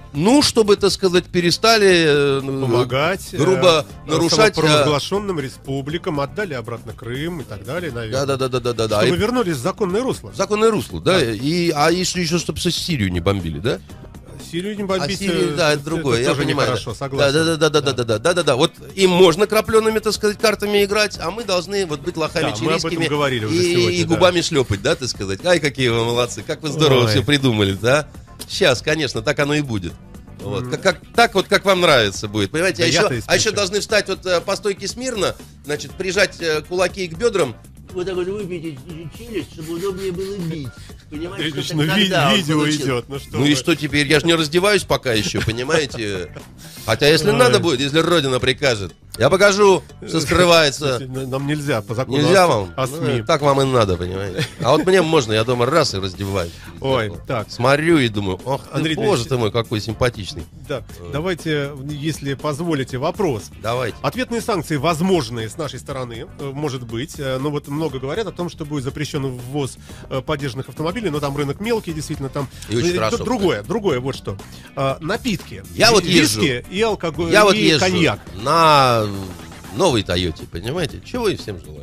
Ну, чтобы, так сказать, перестали э, Помогать грубо э, нарушать... самопровозглашенным республикам, отдали обратно Крым и так далее, наверное. Да-да-да-да-да. Чтобы вернулись в законное русло. В законное русло, да. И, а если еще, чтобы Сирию не бомбили, да? Сирию не бомбить. А Сирию, да, это другое, я тоже понимаю. Хорошо, согласен. Да-да-да-да-да-да-да-да-да. Вот им можно крапленными, так сказать, картами играть, а мы должны вот быть лохами Да, мы об этом чилийскими говорили уже и, сегодня, и да. губами шлепать, да, так сказать. Ай, какие вы молодцы, как вы здорово Ой. все придумали, да? Сейчас, конечно, так оно и будет. Вот. Как, как, так вот, как вам нравится будет, понимаете? Да А, я-то еще, из а еще Питера. должны встать вот э, по стойке смирно, значит, прижать э, кулаки к бедрам, вот так вот выпить челюсть, чтобы удобнее было бить. Понимаете, Ильич, что ну, тогда ви- он видео получил. идет, ну что Ну и вы. что теперь? Я же не раздеваюсь пока еще, понимаете? Хотя если надо будет, если Родина прикажет, я покажу, что скрывается. Нам нельзя по закону Нельзя о, вам. о Ну, СМИ. так вам и надо, понимаете? А вот мне можно, я дома раз и раздеваюсь. Ой, так. Смотрю и думаю, ох, ты, Андрей боже Дмитриевич, ты мой, какой симпатичный. Да. Давайте, если позволите, вопрос. Давайте. Ответные санкции возможные с нашей стороны, э, может быть. Э, Но вот много говорят о том, что будет запрещен ввоз э, подержанных автомобилей, но там рынок мелкий, действительно, там И очень э, хорошо, д- другое, другое, вот что. Э, Напитки. Я Ви- вот езжу. Виски и алкоголь, Я вот и езжу коньяк. на новой Тойоте, понимаете? Чего и всем желаю.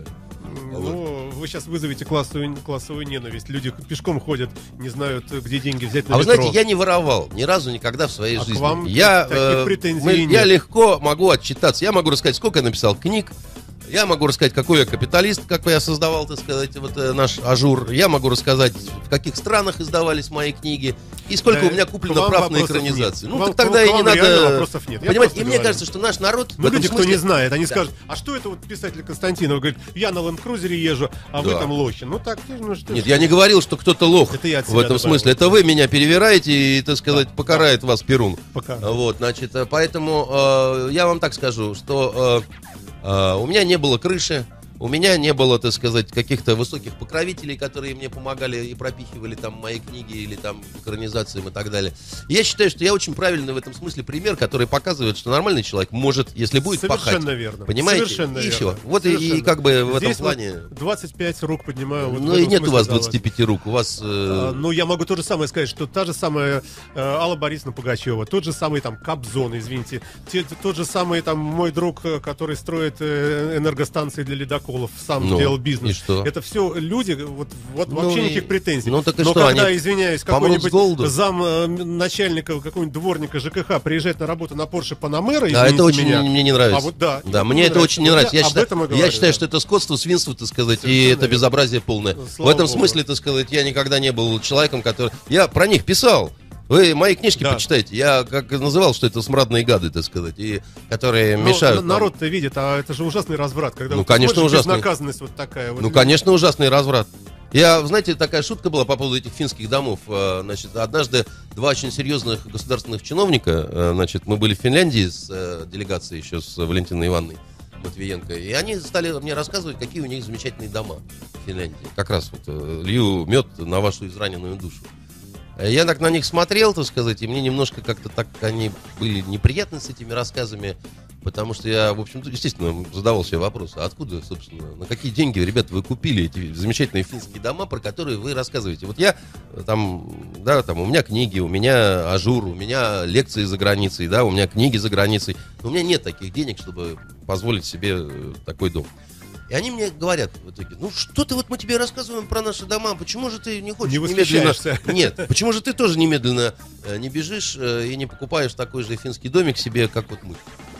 Ну, вы сейчас вызовете классовую, классовую ненависть. Люди пешком ходят, не знают, где деньги взять на А вы метро. знаете, я не воровал ни разу никогда в своей А к жизни. вам я, таких э, претензий мы- нет. я легко могу отчитаться. Я могу рассказать, сколько я написал книг. Я могу рассказать, какой я капиталист, как я создавал, так сказать, вот э, наш ажур. Я могу рассказать, в каких странах издавались мои книги и сколько Да, у меня к куплено вам прав на вопросов экранизацию. нет. Ну, К вам- так тогда к и не вам реально надо... вопросов нет. Я Понимаете, просто и мне говорю. кажется, что наш народ... Ну, в этом люди, кто смысле- не знает, они Да. скажут, а что это вот писатель Константинов говорит, я на ленд-крузере езжу, а вы Да. там лохи. Ну так, ну что Нет, ж. я не говорил, что кто-то лох Это я от в себя этом добавил. смысле. Это вы меня перевираете и, так сказать, покарает вас Перун. Пока. Вот, значит, э, поэтому э, я вам так скажу, что э, э, у меня не было крыши, у меня не было, так сказать, каких-то высоких покровителей, которые мне помогали и пропихивали там мои книги или там экранизациям и так далее. И я считаю, что я очень правильный в этом смысле пример, который показывает, что нормальный человек может, если будет Совершенно пахать. верно. Понимаете? Совершенно и верно. все. Вот и, и Совершенно. как бы в этом Здесь плане... вот двадцать пять рук поднимаю. вот в Ну и этом нет у вас смысле за двадцати пяти рук, у вас... э, А, Ну, я могу то же самое сказать, что та же самая э, Алла Борисовна Пугачева, тот же самый там Кобзон, извините, те- тот же самый там мой друг, э, который строит э, энергостанции для ледоколов, сам Ну, делал бизнес. и что? Это все люди, вот, вот Ну вообще и- никаких претензий. ну так и Но что, когда, они извиняюсь, помрут с какой-нибудь голоду? зам э, начальника, какого-нибудь дворника ЖКХ приезжает на работу на Porsche Panamera, Да, извините это очень меня. мне не нравится. А вот да. Да, вот мне это очень не Вот нравится. Я, об считаю, этом и я говорю, считаю, да. что это скотство, свинство, так сказать, и Совершенно это верно. безобразие полное. Слава В этом Богу. смысле, так сказать, я никогда не был человеком, который... Я про них писал. Вы мои книжки Да. почитайте. Я как называл, что это смрадные гады, так сказать, и которые Но мешают. н- нам. народ-то видит, а это же ужасный разврат, когда Ну, вот конечно, смотришь, ужасный. безнаказанность вот такая. Вот Ну, люди- конечно, ужасный разврат. Я, знаете, такая шутка была по поводу этих финских домов. Э, Значит, однажды два очень серьезных государственных чиновника, э, значит, мы были в Финляндии с э, делегацией еще с Валентиной Ивановной Матвиенко, и они стали мне рассказывать, какие у них замечательные дома в Финляндии. Как раз вот э, лью мед на вашу израненную душу. Э, Я так на них смотрел, так сказать, и мне немножко как-то так они были неприятны с этими рассказами, потому что я, в общем-то, естественно, задавал себе вопрос, а откуда, собственно, на какие деньги, ребята, вы купили эти замечательные финские дома, про которые вы рассказываете? Вот я э, там, да, там у меня книги, у меня ажур, у меня лекции за границей, да, у меня книги за границей, но у меня нет таких денег, чтобы позволить себе э, такой дом. И они мне говорят в итоге, ну что-то вот мы тебе рассказываем про наши дома, почему же ты не хочешь Не немедленно... восхищаешься. Нет, почему же ты тоже немедленно э, не бежишь э, и не покупаешь такой же финский домик себе, как вот мы?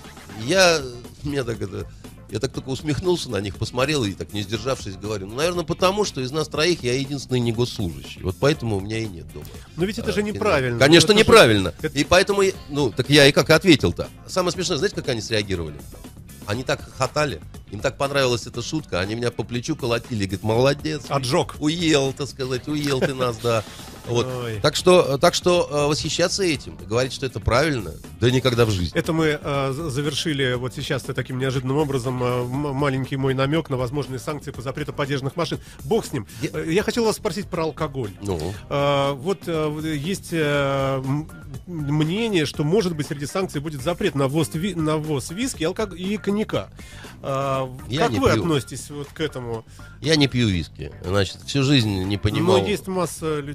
Я, меня так это, я так только усмехнулся на них, посмотрел и так не сдержавшись говорю, ну, наверное, потому что из нас троих я единственный не госслужащий, вот поэтому у меня и нет дома. Но ведь это же А, неправильно. Конечно, Ну, это же- неправильно. это- И поэтому, я- ну, так я и как ответил-то. Самое смешное, знаете, как они среагировали? Они так хохотали, им так понравилась эта шутка, они меня по плечу колотили, говорят, молодец. Отжег. Уел, так сказать, уел ты нас, да. Вот. Ой. Так что, так что э, восхищаться этим, говорить, что это правильно, да никогда в жизни. Это мы э, за- завершили вот сейчас таким неожиданным образом э, м- маленький мой намек на возможные санкции по запрету подержанных машин. Бог с ним. Я- Э, Я хотел вас спросить про алкоголь. Ну, Э, Вот э, вот есть э, м- мнение, что, может быть, среди санкций будет запрет на ввоз, ви- на ввоз виски и, алког- и коньяка. Э, Я Как не вы пью. относитесь вот к этому? я не пью виски, значит, всю жизнь не понимал. Но есть масса людей, которые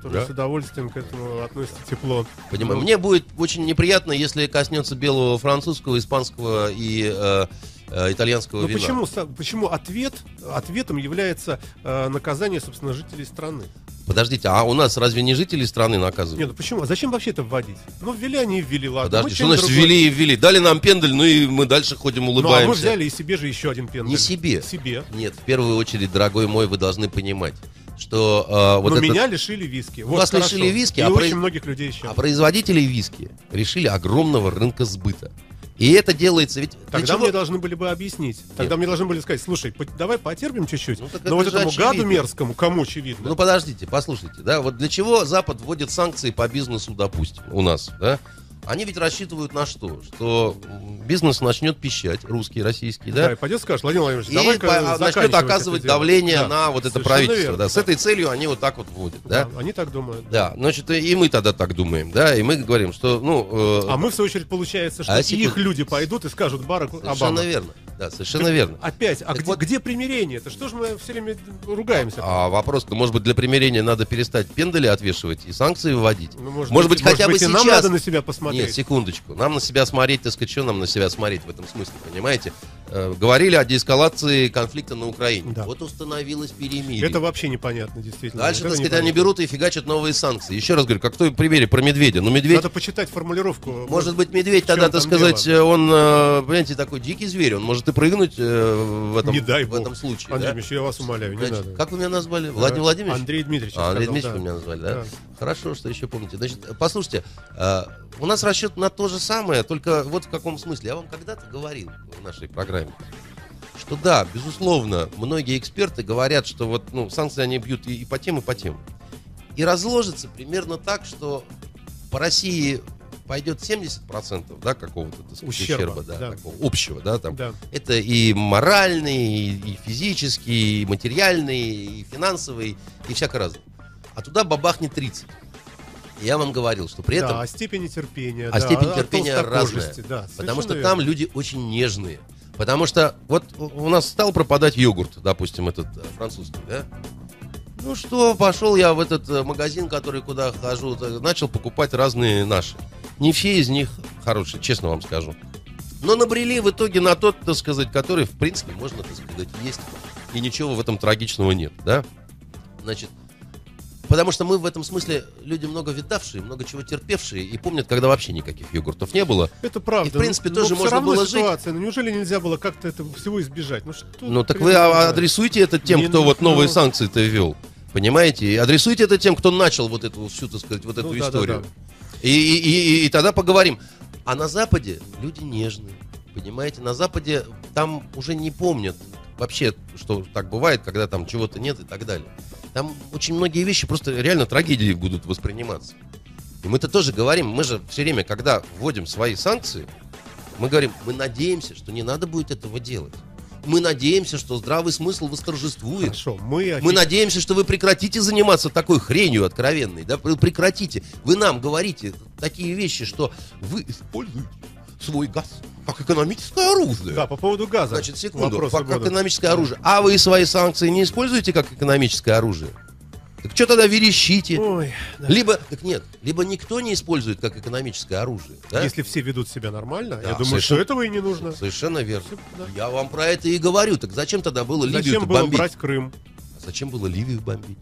которые Да. с удовольствием к этому относятся тепло. Понимаю. Ну, Мне будет очень неприятно, если коснется белого, французского, испанского и э, э, итальянского Но вина. почему, са- почему ответ, ответом является э, наказание, собственно, жителей страны? Подождите, а у нас разве не жители страны наказывают? Нет, ну почему? А зачем вообще это вводить? Ну, ввели они и ввели, ладно. Подожди, мы что что-нибудь значит другое. ввели и ввели? Дали нам пендель, ну и мы дальше ходим, Ну, а улыбаемся. мы взяли и себе же еще один пендель. Не себе. Себе. Нет, в первую очередь, дорогой мой, вы должны понимать, что э, вот Но этот- меня лишили виски. Вот Вас хорошо. лишили виски, и а очень произ- многих людей еще. а производители виски решили огромного рынка сбыта. И это делается ведь... для Тогда чего? мне должны были бы объяснить. Тогда Нет. мне должны были сказать, слушай, по- давай потерпим чуть-чуть. Ну, так но вот это же этому гаду очевидно. мерзкому, кому очевидно? Ну подождите, послушайте, да, вот для чего Запад вводит санкции по бизнесу, допустим, у нас, да? Они ведь рассчитывают на что? Что м, бизнес начнет пищать, русский, российский, да, да? и пойдет скажешь, Владимир Владимирович, И давай-ка по- начнет заканчивать оказывать это дело. давление Да, на вот это совершенно правительство, верно, да. С этой целью они вот так вот вводят, да? Да, они так думают. Да, значит, и мы тогда так думаем, да, и мы говорим, что, ну... э, А мы, в свою очередь, получается, что А их секунду. люди пойдут и скажут Барак совершенно Обама. верно, да, совершенно верно. Опять, а Так где, вот- где примирение? Это что же мы все время ругаемся? А вопрос, может быть, для примирения надо перестать пендали отвешивать и санкции вводить? Ну, может, может быть, хотя бы и нам сейчас... надо на себя посмотреть. Нет, секундочку. Нам на себя смотреть, так сказать, что нам на себя смотреть в этом смысле, понимаете? Э, говорили о деэскалации конфликта на Украине. Да. Вот установилось перемирие. Это вообще непонятно, действительно. Дальше, Вот так это сказать, они непонятно. берут и фигачат новые санкции. Еще раз говорю, как в той примере про медведя. Ну, медведь... Надо почитать формулировку. Может быть, медведь в чем тогда, так там сказать, дело? он, э, понимаете, такой дикий зверь, он может и прыгнуть э, в этом, Не дай в бог. этом случае. Андрей да? Ильич, я вас умоляю, не Значит, надо. как вы меня назвали? Владимир Владимирович? Андрей Дмитриевич. А, Андрей сказал, Дмитриевич да. вы меня назвали, да? Да. Хорошо, что еще помните. Значит, послушайте, э, у нас расчет на то же самое, только вот в каком смысле. Я вам когда-то говорил в нашей программе, что да, безусловно, многие эксперты говорят, что вот ну, санкции они бьют и, и по тем, и по тем. И разложится примерно так, что по России пойдет семьдесят процентов, да, какого-то так сказать, Ущерба, ущерба, да, да. такого общего, да, там. Да. Это и моральный, и, и физический, и материальный, и финансовый, и всяко разное. А туда бабахнет тридцать. Я вам говорил, что при этом... Да, о степени терпения. А да, степень о терпения толстокожести, разная. да, Потому что совершенно там верно. люди очень нежные. Потому что вот у нас стал пропадать йогурт, допустим, этот э, французский, да? Ну что, пошел я в этот э, магазин, который куда хожу, так, начал покупать разные наши. Не все из них хорошие, честно вам скажу. Но набрели в итоге на тот, так сказать, который, в принципе, можно, так сказать, есть. И ничего в этом трагичного нет, да? Значит, потому что мы в этом смысле люди много видавшие, много чего терпевшие и помнят, когда вообще никаких йогуртов не было. Это правда. И, в принципе, но тоже всё можно равно было жить. ситуация. Ну, неужели нельзя было как-то это всего избежать? Ну, что Ну так ты вы знаешь? а- адресуйте это тем, Не кто вот нужно. новые санкции-то ввел. Понимаете? И адресуйте это тем, кто начал вот эту всю, так сказать, вот эту Ну, да, историю. да, И, и- и- и- и тогда поговорим. А на Западе люди нежные. Понимаете? На Западе там уже не помнят вообще, что так бывает, когда там чего-то нет и так далее. Там очень многие вещи просто реально трагедией будут восприниматься. И мы-то тоже говорим, мы же все время, когда вводим свои санкции, мы говорим, мы надеемся, что не надо будет этого делать. Мы надеемся, что здравый смысл восторжествует. Хорошо, мы... Мы надеемся, что вы прекратите заниматься такой хренью откровенной, да, вы прекратите. Вы нам говорите такие вещи, что вы используете свой газ как экономическое оружие. Да, по поводу газа. Значит, секунду, вопросы как, как будут. экономическое оружие. А вы свои санкции не используете как экономическое оружие? Так что тогда верещите? Ой, да. Либо, так нет, либо никто не использует как экономическое оружие. Да? Если все ведут себя нормально, Да, я думаю, совершенно- что этого и не нужно. Совершенно верно. Всё, да. Я вам про это и говорю. Так зачем тогда было Ливию Зачем было бомбить? брать Крым? А зачем было Ливию бомбить?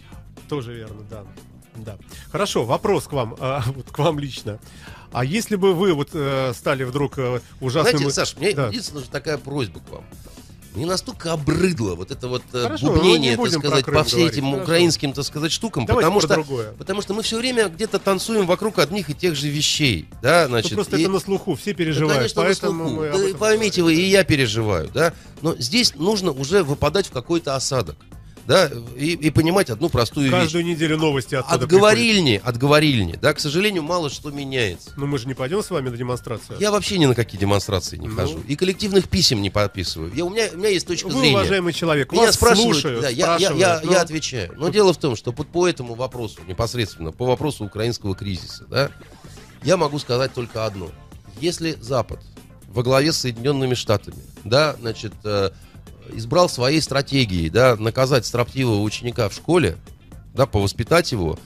Тоже верно, да. Да. Хорошо, вопрос к вам, а, вот к вам лично. А если бы вы вот э, стали вдруг э, ужасным... Знаете, Саш, мне Да. единственная такая просьба к вам. Мне настолько обрыдло вот это вот э, Хорошо, бубнение, мы не так будем про сказать, Крым по всем говорить, этим хорошо. украинским, так сказать, штукам, Давайте потому про что, другое. потому что мы все время где-то танцуем вокруг одних и тех же вещей, да, Ну, значит. просто и- это на слуху, все Да, переживают, конечно, на поэтому слуху. мы об Да, этом поймите вы, и я переживаю, да. Но здесь нужно уже выпадать в какой-то осадок, да, и, и понимать одну простую вещь. каждую неделю новости оттуда От приходят. говорильни, от говорильни, да, к сожалению, мало что меняется. Ну мы же не пойдем с вами на демонстрацию. Я вообще ни на какие демонстрации не Ну. хожу. И коллективных писем не подписываю. Я, у, меня, у меня есть точка Вы зрения. уважаемый человек, Меня вас спрашивают, слушают, да, я, я, спрашивают, я, ну, я отвечаю. Но дело в том, что по, по этому вопросу, непосредственно по вопросу украинского кризиса, да, я могу сказать только одно. Если Запад во главе с Соединенными Штатами, да, значит, э, избрал своей стратегией, да, наказать строптивого ученика в школе, да, повоспитать его,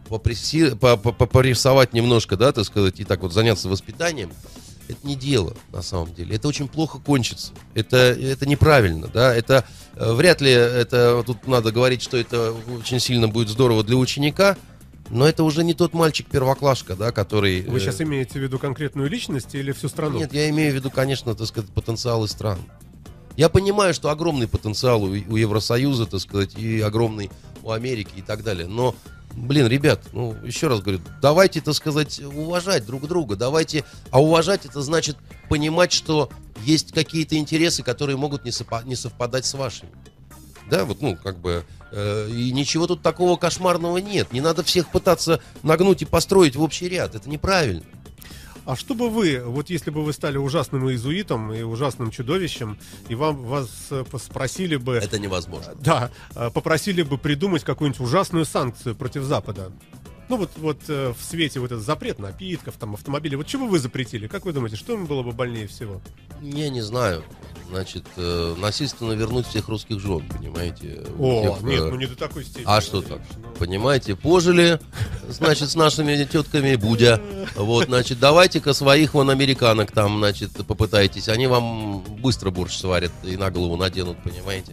попресси- по- по- по- порисовать немножко, да, так сказать, и так вот заняться воспитанием, это не дело, на самом деле. Это очень плохо кончится. Это, это неправильно, да. Это э, вряд ли, это тут надо говорить, что это очень сильно будет здорово для ученика, но это уже не тот мальчик-первоклашка, да, который... Вы э, сейчас имеете в виду конкретную личность или всю страну? Нет, я имею в виду, конечно, так сказать, потенциалы стран. Я понимаю, что огромный потенциал у, у Евросоюза, так сказать, и огромный у Америки и так далее, но... Блин, ребят, ну, еще раз говорю, давайте, так сказать, уважать друг друга, давайте, а уважать это значит понимать, что есть какие-то интересы, которые могут не, сопа- не совпадать с вашими. Да, вот, ну, как бы, э, и ничего тут такого кошмарного нет, не надо всех пытаться нагнуть и построить в общий ряд, это неправильно. А что бы вы, вот если бы вы стали ужасным иезуитом и ужасным чудовищем, и вам вас э, спросили бы... Это невозможно. Да, э, попросили бы придумать какую-нибудь ужасную санкцию против Запада. Ну вот, вот э, в свете вот этот запрет напитков, там, автомобилей. Вот что бы вы запретили? Как вы думаете, что им было бы больнее всего? Я не знаю. Значит, э, насильственно вернуть всех русских жен, понимаете? О, Тех, нет, э, ну не до такой степени. А что так? Понимаете, пожили, значит, с нашими тетками Будя. Вот, значит, давайте-ка своих вон американок там, значит, попытайтесь. Они вам быстро борщ сварят и на голову наденут, понимаете?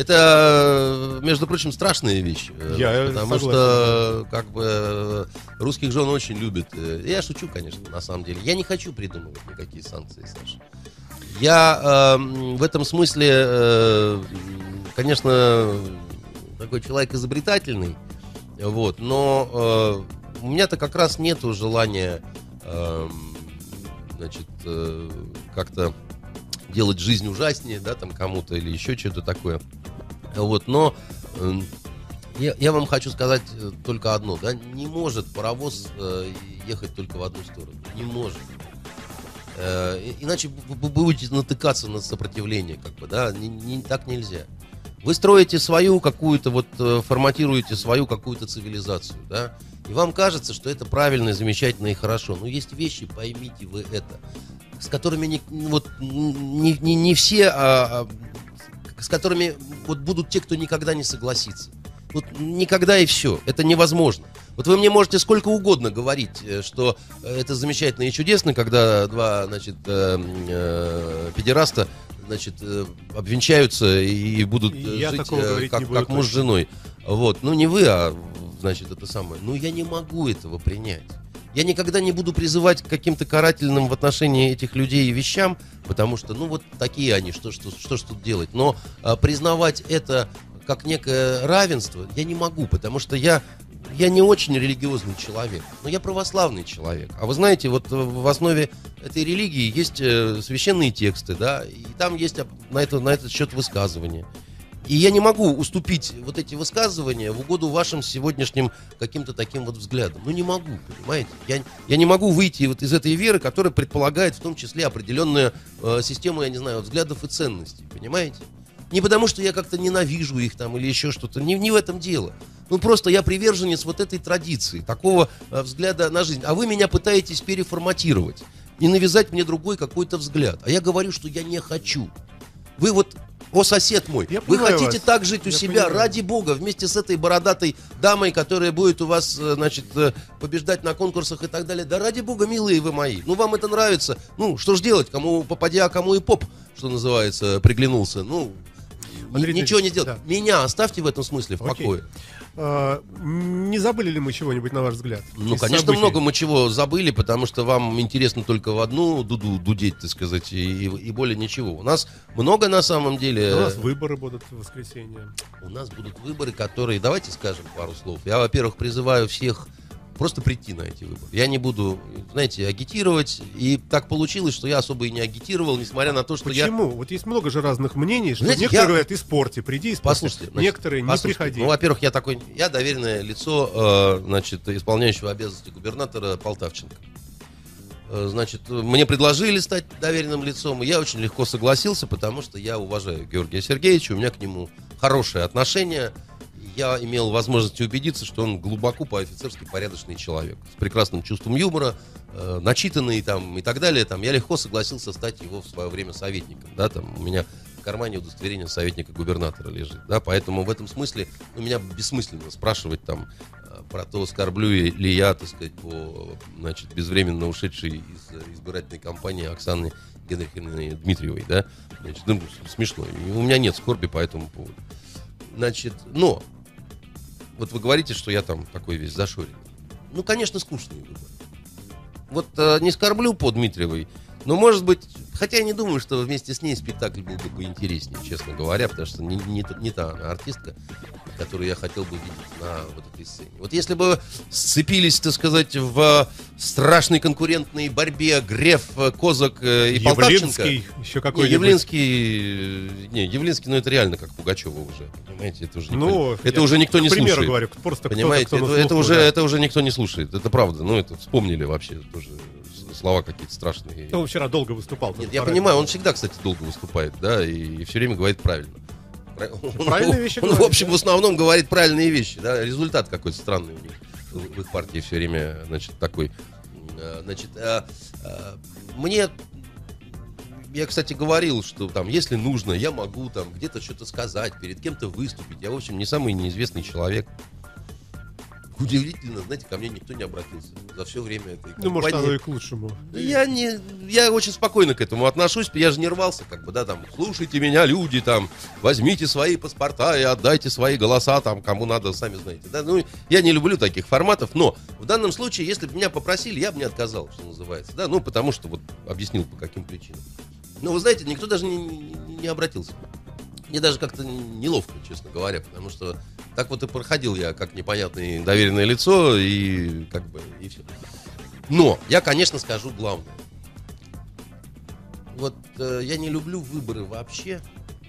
Это, между прочим, страшные вещи. Я потому согласен. что, как бы, русских жен очень любят. Я шучу, конечно, на самом деле. Я не хочу придумывать никакие санкции, Саша. Я э, в этом смысле, э, конечно, такой человек изобретательный, вот, но э, у меня-то как раз нету желания, э, значит, э, как-то делать жизнь ужаснее, да, там кому-то или еще что-то такое, вот, но э, я, я вам хочу сказать только одно, да, не может паровоз э, ехать только в одну сторону, не может. Иначе вы будете натыкаться на сопротивление, как бы, да, не, не, так нельзя. Вы строите свою какую-то, вот, форматируете свою какую-то цивилизацию, да, и вам кажется, что это правильно, замечательно и хорошо. Но есть вещи, поймите вы это, с которыми не, вот, не, не, не все, а, а, с которыми вот будут те, кто никогда не согласится. Вот никогда и все, это невозможно. Вот вы мне можете сколько угодно говорить, что это замечательно и чудесно, когда два, значит, э, э, педераста, значит, э, обвенчаются и будут Я жить такого э, как, не буду как муж с женой. Вот, ну не вы, а, значит, это самое. Ну я не могу этого принять. Я никогда не буду призывать к каким-то карательным в отношении этих людей и вещам, потому что, ну вот такие они, что, что, что ж тут делать. Но а, признавать это как некое равенство я не могу, потому что я, я не очень религиозный человек, но я православный человек. А вы знаете, вот в основе этой религии есть э, священные тексты, да, и там есть на, это, на этот счет высказывания. И я не могу уступить вот эти высказывания в угоду вашим сегодняшним каким-то таким вот взглядам. Ну не могу, понимаете? Я, я не могу выйти вот из этой веры, которая предполагает в том числе определенную э, систему, я не знаю, взглядов и ценностей, понимаете? Не потому, что я как-то ненавижу их там или еще что-то. Не, не в этом дело. Ну, просто я приверженец вот этой традиции, такого э, взгляда на жизнь. А вы меня пытаетесь переформатировать и навязать мне другой какой-то взгляд. А я говорю, что я не хочу. Вы вот, о, сосед мой, Я вы понимаю хотите вас. так жить у Я себя, понимаю. ради бога, вместе с этой бородатой дамой, которая будет у вас, э, значит, э, побеждать на конкурсах и так далее. Да ради бога, милые вы мои. Ну, вам это нравится. Ну, что ж делать, кому попадя, а кому и поп, что называется, приглянулся. Ну... Андрей Ничего не Дмитриевич, делать. да. Меня оставьте в этом смысле в Окей. покое. А, не забыли ли мы чего-нибудь, на ваш взгляд? Ну, из конечно, событий? много мы чего забыли, потому что вам интересно только в одну дуду дудеть, так сказать, и, и более ничего. У нас много на самом деле. У нас выборы будут в воскресенье. У нас будут выборы, которые... Давайте скажем пару слов. Я, во-первых, призываю всех просто прийти на эти выборы. Я не буду, знаете, агитировать. И так получилось, что я особо и не агитировал, несмотря на то, что я... Почему? Вот есть много же разных мнений, что Знаете, некоторые я- говорят, испорти, приди, испорти. Послушайте, значит, Некоторые, не послушайте. приходи. Ну, во-первых, я такой, я доверенное лицо, э, значит, исполняющего обязанности губернатора Полтавченко. Э, значит, мне предложили стать доверенным лицом, и я очень легко согласился, потому что я уважаю Георгия Сергеевича, у меня к нему хорошие отношения. Я имел возможность убедиться, что он глубоко по-офицерски порядочный человек, с прекрасным чувством юмора, э, начитанный там, и так далее. Там, я легко согласился стать его в свое время советником. Да, там, у меня в кармане удостоверение советника губернатора лежит. Да, поэтому в этом смысле ну, меня бессмысленно спрашивать, там, про то, скорблю ли я, так сказать, по, значит, безвременно ушедшей из избирательной кампании Оксаны Генриховны Дмитриевой, да, значит, ну, смешно, и у меня нет скорби по этому поводу. Значит, но, вот вы говорите, что я там такой весь зашоренный. Ну, конечно, скучный выбор. Вот э, не скорблю по Дмитриевой, но, может быть, хотя я не думаю, что вместе с ней спектакль был бы поинтереснее, честно говоря, потому что не, не, не та она артистка, которую я хотел бы видеть на вот этой сцене. Вот если бы сцепились, так сказать, в страшной конкурентной борьбе Греф, Козак и Полтавченко... Явлинский, еще какой-нибудь. Не, Явлинский, не, Явлинский, ну это реально как Пугачева уже, понимаете, это уже никто, ну, это уже никто не к примеру слушает. Говорю, просто понимаете, кто-то, кто это, это, уже, да. это уже никто не слушает, это правда, ну это вспомнили вообще тоже слова какие-то страшные. Он вчера долго выступал. Нет, я понимаю, он всегда, кстати, долго выступает, да, и, и все время говорит правильно. Правильные вещи Он, говорит, в общем, да? в основном говорит правильные вещи, да, результат какой-то странный у них в их партии все время, значит, такой. Значит, а, а, мне, я, кстати, говорил, что там, если нужно, я могу там где-то что-то сказать, перед кем-то выступить. Я, в общем, не самый неизвестный человек. Удивительно, знаете, ко мне никто не обратился за все время этой кампании. Ну, может, оно и к лучшему. Я не, я очень спокойно к этому отношусь, я же не рвался, как бы, да, там, слушайте меня, люди, там, возьмите свои паспорта и отдайте свои голоса, там, кому надо, сами знаете, да, ну, я не люблю таких форматов, но в данном случае, если бы меня попросили, я бы не отказал, что называется, да, ну, потому что, вот, объяснил, по каким причинам. Но, вы знаете, никто даже не, не, не обратился. Мне даже как-то неловко, честно говоря, потому что так вот и проходил я как непонятное доверенное лицо, и как бы, и все. Но я, конечно, скажу главное. Вот э, я не люблю выборы вообще,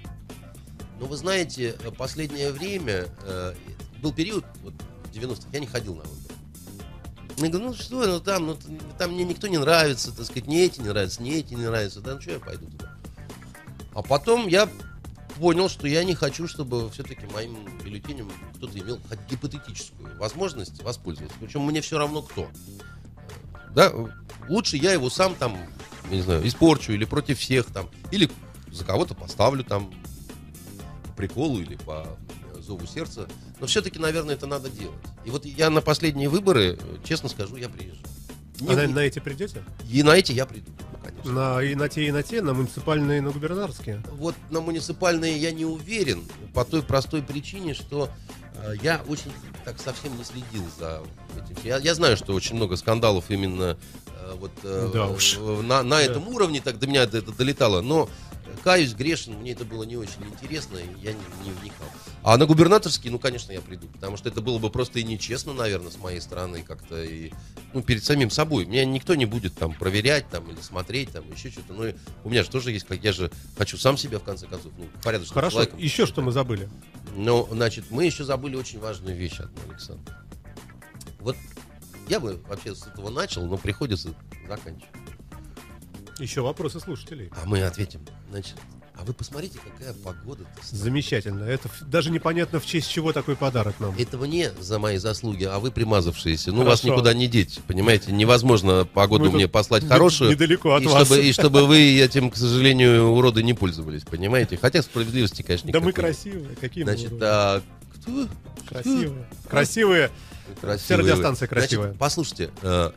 но вы знаете, последнее время, э, был период, вот, в девяностых, я не ходил на выборы. Я говорю, ну что, ну там, ну, там мне никто не нравится, так сказать, не эти не нравятся, не эти не нравятся, да, ну что я пойду туда. А потом я понял, что я не хочу, чтобы все-таки моим бюллетенем кто-то имел хоть гипотетическую возможность воспользоваться. Причем мне все равно кто. Да, лучше я его сам там, я не знаю, испорчу или против всех там, или за кого-то поставлю там по приколу или по зову сердца. Но все-таки, наверное, это надо делать. И вот я на последние выборы, честно скажу, я приезжаю. А на, на эти придете? И на эти я приду, конечно. На, и на те, и на те, на муниципальные, и на губернаторские? Вот на муниципальные я не уверен, по той простой причине, что э, я очень так совсем не следил за этим. Я, я знаю, что очень много скандалов именно э, вот, э, да уж. э, на, на да. этом уровне, так до меня это, это долетало, но каюсь, грешен, мне это было не очень интересно, и я не, не вникал. А на губернаторские, ну, конечно, я приду, потому что это было бы просто и нечестно, наверное, с моей стороны как-то, и, ну, перед самим собой. Меня никто не будет там проверять, там, или смотреть, там, еще что-то. Ну, и у меня же тоже есть, как я же хочу сам себя, в конце концов, ну, порядочным Хорошо, человеком. еще что мы забыли? Ну, значит, мы еще забыли очень важную вещь одну, Александр. Вот я бы вообще с этого начал, но приходится заканчивать. Еще вопросы слушателей. А мы ответим. Значит, а вы посмотрите, какая погода-то. Замечательно. Это ф- даже непонятно, в честь чего такой подарок нам. Этого не за мои заслуги, а вы примазавшиеся. Ну, Хорошо. вас никуда не деть, понимаете? Невозможно погоду Мы мне тут послать не- хорошую. недалеко от и вас. Чтобы, и чтобы вы этим, к сожалению, уроды не пользовались, понимаете? Хотя справедливости, конечно, Да мы никакой нет. красивые. Какие мы Значит, уроды? а, кто? Красивые. Красивые. Красивые Вся радиостанция вы. красивая. Значит, послушайте, э,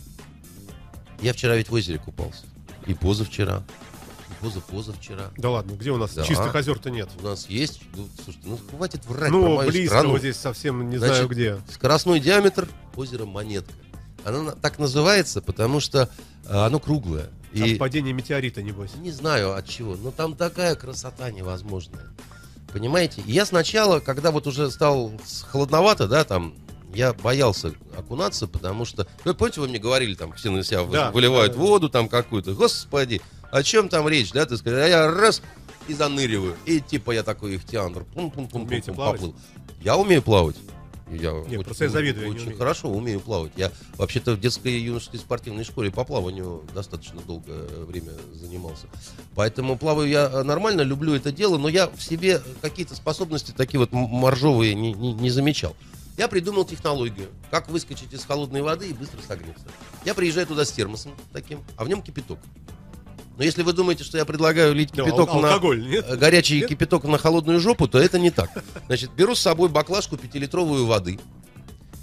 я вчера ведь в озере купался. И позавчера. И позапозавчера. Да ладно, где у нас Да. чистых озер-то нет? У нас есть. Ну, слушайте, ну хватит врать про Ну, мою близко страну. вот здесь совсем не Значит, знаю где. Скоростной диаметр озера Монетка. Оно на- так называется, потому что э, оно круглое. И От падения метеорита, небось. не знаю от чего, но там такая красота невозможная. Понимаете? И я сначала, когда вот уже стал с- холодновато, да, там, я боялся окунаться, потому что... Вы помните, вы мне говорили, там, все на себя Да, выливают да, да. воду там какую-то. Господи, о чем там речь, да, ты сказал? А я раз и заныриваю. И типа я такой ихтиандр. Пум-пум-пум-пум, Умеете плавать? поплыл. Я умею плавать. Я Нет, очень- просто я завидую, я не Очень умею. хорошо умею плавать. Я вообще-то в детской и юношеской спортивной школе по плаванию достаточно долгое время занимался. Поэтому плаваю я нормально, люблю это дело, но я в себе какие-то способности такие вот м- моржовые не, не- не замечал. Я придумал технологию, как выскочить из холодной воды и быстро согреться. Я приезжаю туда с термосом таким, а в нем кипяток. Но если вы думаете, что я предлагаю лить Да, кипяток ал- на... алкоголь, нет? э, горячий Нет? кипяток на холодную жопу, то это не так. Значит, беру с собой баклажку пятилитровую воды.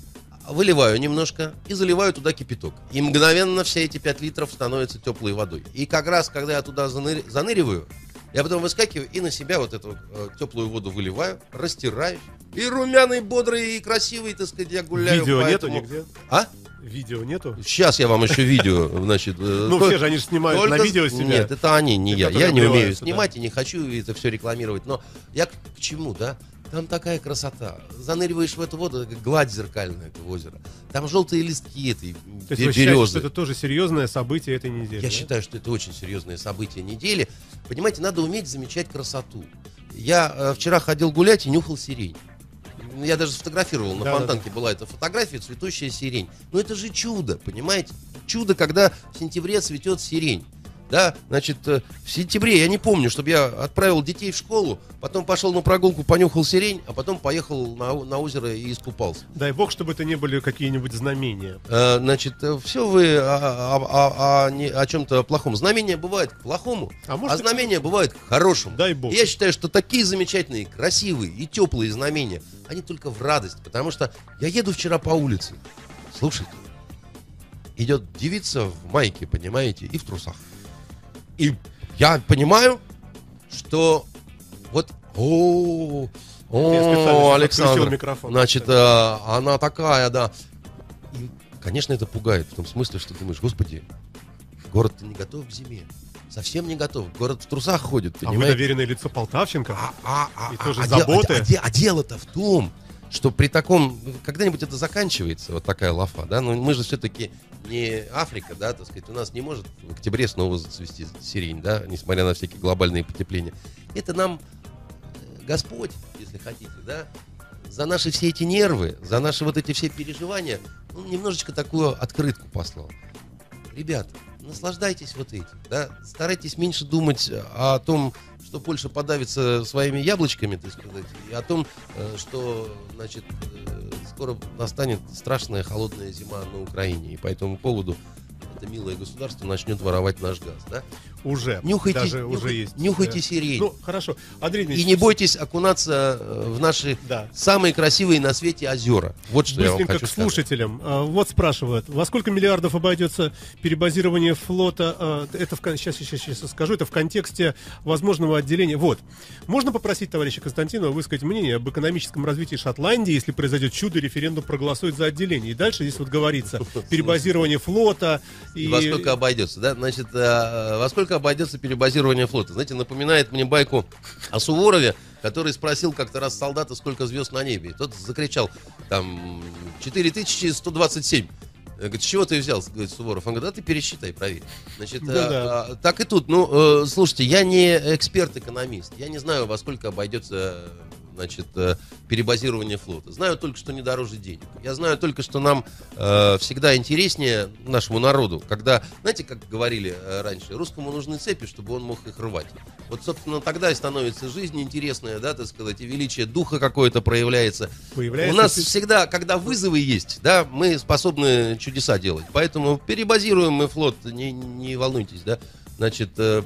выливаю немножко и заливаю туда кипяток. И мгновенно все эти пять литров становятся теплой водой. И как раз, когда я туда заныр... заныриваю, я потом выскакиваю и на себя вот эту э, теплую воду выливаю, растираю. И румяный, бодрый, и красивый, так сказать, я гуляю. Видео поэтому... нету нигде? А? Видео нету? Сейчас я вам еще видео, значит... Ну, все же они же снимают на видео себя. Нет, это они, не я. Я не умею снимать и не хочу это все рекламировать. Но я к чему, да? Там такая красота. Заныриваешь в эту воду, гладь зеркальная этого озера. Там желтые листки этой березы. То есть вы считаете, что это тоже серьезное событие этой недели? Я да? считаю, что это очень серьезное событие недели. Понимаете, надо уметь замечать красоту. Я э, вчера ходил гулять и нюхал сирень. Я даже сфотографировал, на да, Фонтанке да, да. была эта фотография, цветущая сирень. Но это же чудо, понимаете? Чудо, когда в сентябре цветет сирень. Да, значит, в сентябре я не помню, чтобы я отправил детей в школу, потом пошел на прогулку, понюхал сирень, а потом поехал на, на озеро и искупался. Дай бог, чтобы это не были какие-нибудь знамения. А, значит, все вы о, о, о, о, не, о чем-то плохом. Знамения бывают к плохому, а, а может, знамения бывают к хорошему. Дай бог. И я считаю, что такие замечательные, красивые и теплые знамения, они только в радость, потому что я еду вчера по улице, слушайте, идет девица в майке, понимаете, и в трусах. И я понимаю, что вот, о, о, Александр, микрофон, значит, э, она такая, да. И, конечно, это пугает, в том смысле, что ты думаешь, господи, город-то не готов к зиме. Совсем не готов. Город в трусах ходит, а понимаете? вы доверенное лицо Полтавченко? А, а, а, и тоже а, заботы? А, а, а дело-то в том, что при таком, когда-нибудь это заканчивается, вот такая лафа, да, но мы же все-таки не Африка, да, так сказать, у нас не может в октябре снова зацвести сирень, да, несмотря на всякие глобальные потепления. Это нам Господь, если хотите, да, за наши все эти нервы, за наши вот эти все переживания, он немножечко такую открытку послал. Ребята, наслаждайтесь вот этим, да, старайтесь меньше думать о том, что Польша подавится своими яблочками, так сказать, и о том, что, значит, скоро настанет страшная холодная зима на Украине, и по этому поводу это милое государство начнет воровать наш газ, да? Уже, нюхайте, даже нюхайте, уже есть. Нюхайте да. сирень. Ну, хорошо. Андрей Дмитриевич, и не бойтесь окунаться в наши да. самые красивые на свете озера. Вот что я вам хочу к сказать. слушателям. Вот спрашивают, во сколько миллиардов обойдется перебазирование флота? Это в, сейчас, сейчас, сейчас скажу, это в контексте возможного отделения. Вот. Можно попросить товарища Константинова высказать мнение об экономическом развитии Шотландии, если произойдет чудо, референдум проголосует за отделение. И дальше здесь вот говорится, перебазирование флота. И... Во сколько обойдется, да? Значит, во сколько обойдется перебазирование флота? Знаете, напоминает мне байку о Суворове, который спросил как-то раз солдата, сколько звезд на небе. И тот закричал, там, четыре тысячи сто двадцать семь. Говорит, с чего ты взял, говорит Суворов? Он говорит, а ты пересчитай, проверь. Значит, да, а, да. А, так и тут. Ну, э, слушайте, я не эксперт-экономист. Я не знаю, во сколько обойдется, значит, перебазирование флота. Знаю только, что не дороже денег. Я знаю только, что нам э, всегда интереснее, нашему народу, когда, знаете, как говорили э, раньше, русскому нужны цепи, чтобы он мог их рвать. Вот, собственно, тогда и становится жизнь интересная, да, так сказать, и величие духа какое-то проявляется. Появляется У нас ты... всегда, когда вызовы есть, да, мы способны чудеса делать. Поэтому перебазируем мы флот, не, не волнуйтесь, да. Значит, э,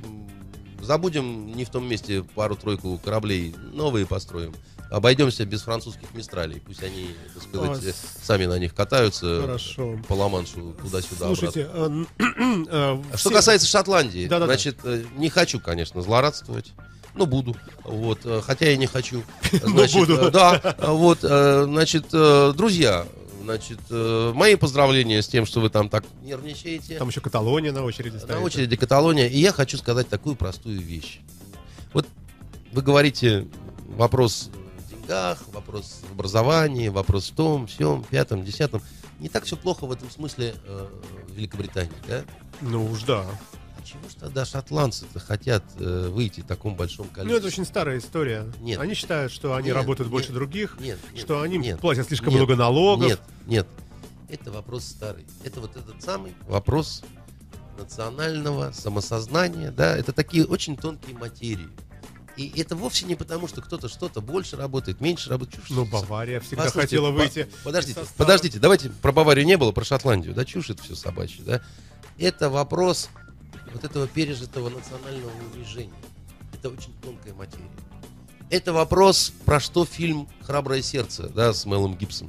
забудем не в том месте пару-тройку кораблей, новые построим. Обойдемся без французских мистралей. Пусть они, так сказать, а, сами на них катаются. Хорошо. По Ла-Маншу туда-сюда. Слушайте, обратно. А, а, Что все... касается Шотландии, да, да, значит, да. не хочу, конечно, злорадствовать. Ну, буду. Вот, хотя я не хочу. Значит, Но буду. Да, вот, значит, друзья, значит, мои поздравления с тем, что вы там так нервничаете. Там еще Каталония на очереди стоит. На очереди Каталония. И я хочу сказать такую простую вещь. Вот вы говорите, вопрос в деньгах, вопрос в образовании, вопрос в том, всем, пятом, десятом. Не так все плохо в этом смысле э, в Великобритании, да? Ну уж да. Почему же тогда шотландцы-то хотят э, выйти в таком большом количестве? Ну, это очень старая история. Нет. Они считают, что они нет, работают нет, больше других, нет, нет, что они нет, платят слишком нет, много налогов. Нет, нет. Это вопрос старый. Это вот этот самый вопрос национального самосознания. Да? Это такие очень тонкие материи. И это вовсе не потому, что кто-то что-то больше работает, меньше работает. Чушь. Но Бавария всегда Послушайте, хотела выйти. По- подождите, подождите, давайте про Баварию не было, про Шотландию. Да, чушь это все собачье, да? Это вопрос вот этого пережитого национального унижения. Это очень тонкая материя. Это вопрос, про что фильм «Храброе сердце», да, с Мелом Гибсоном.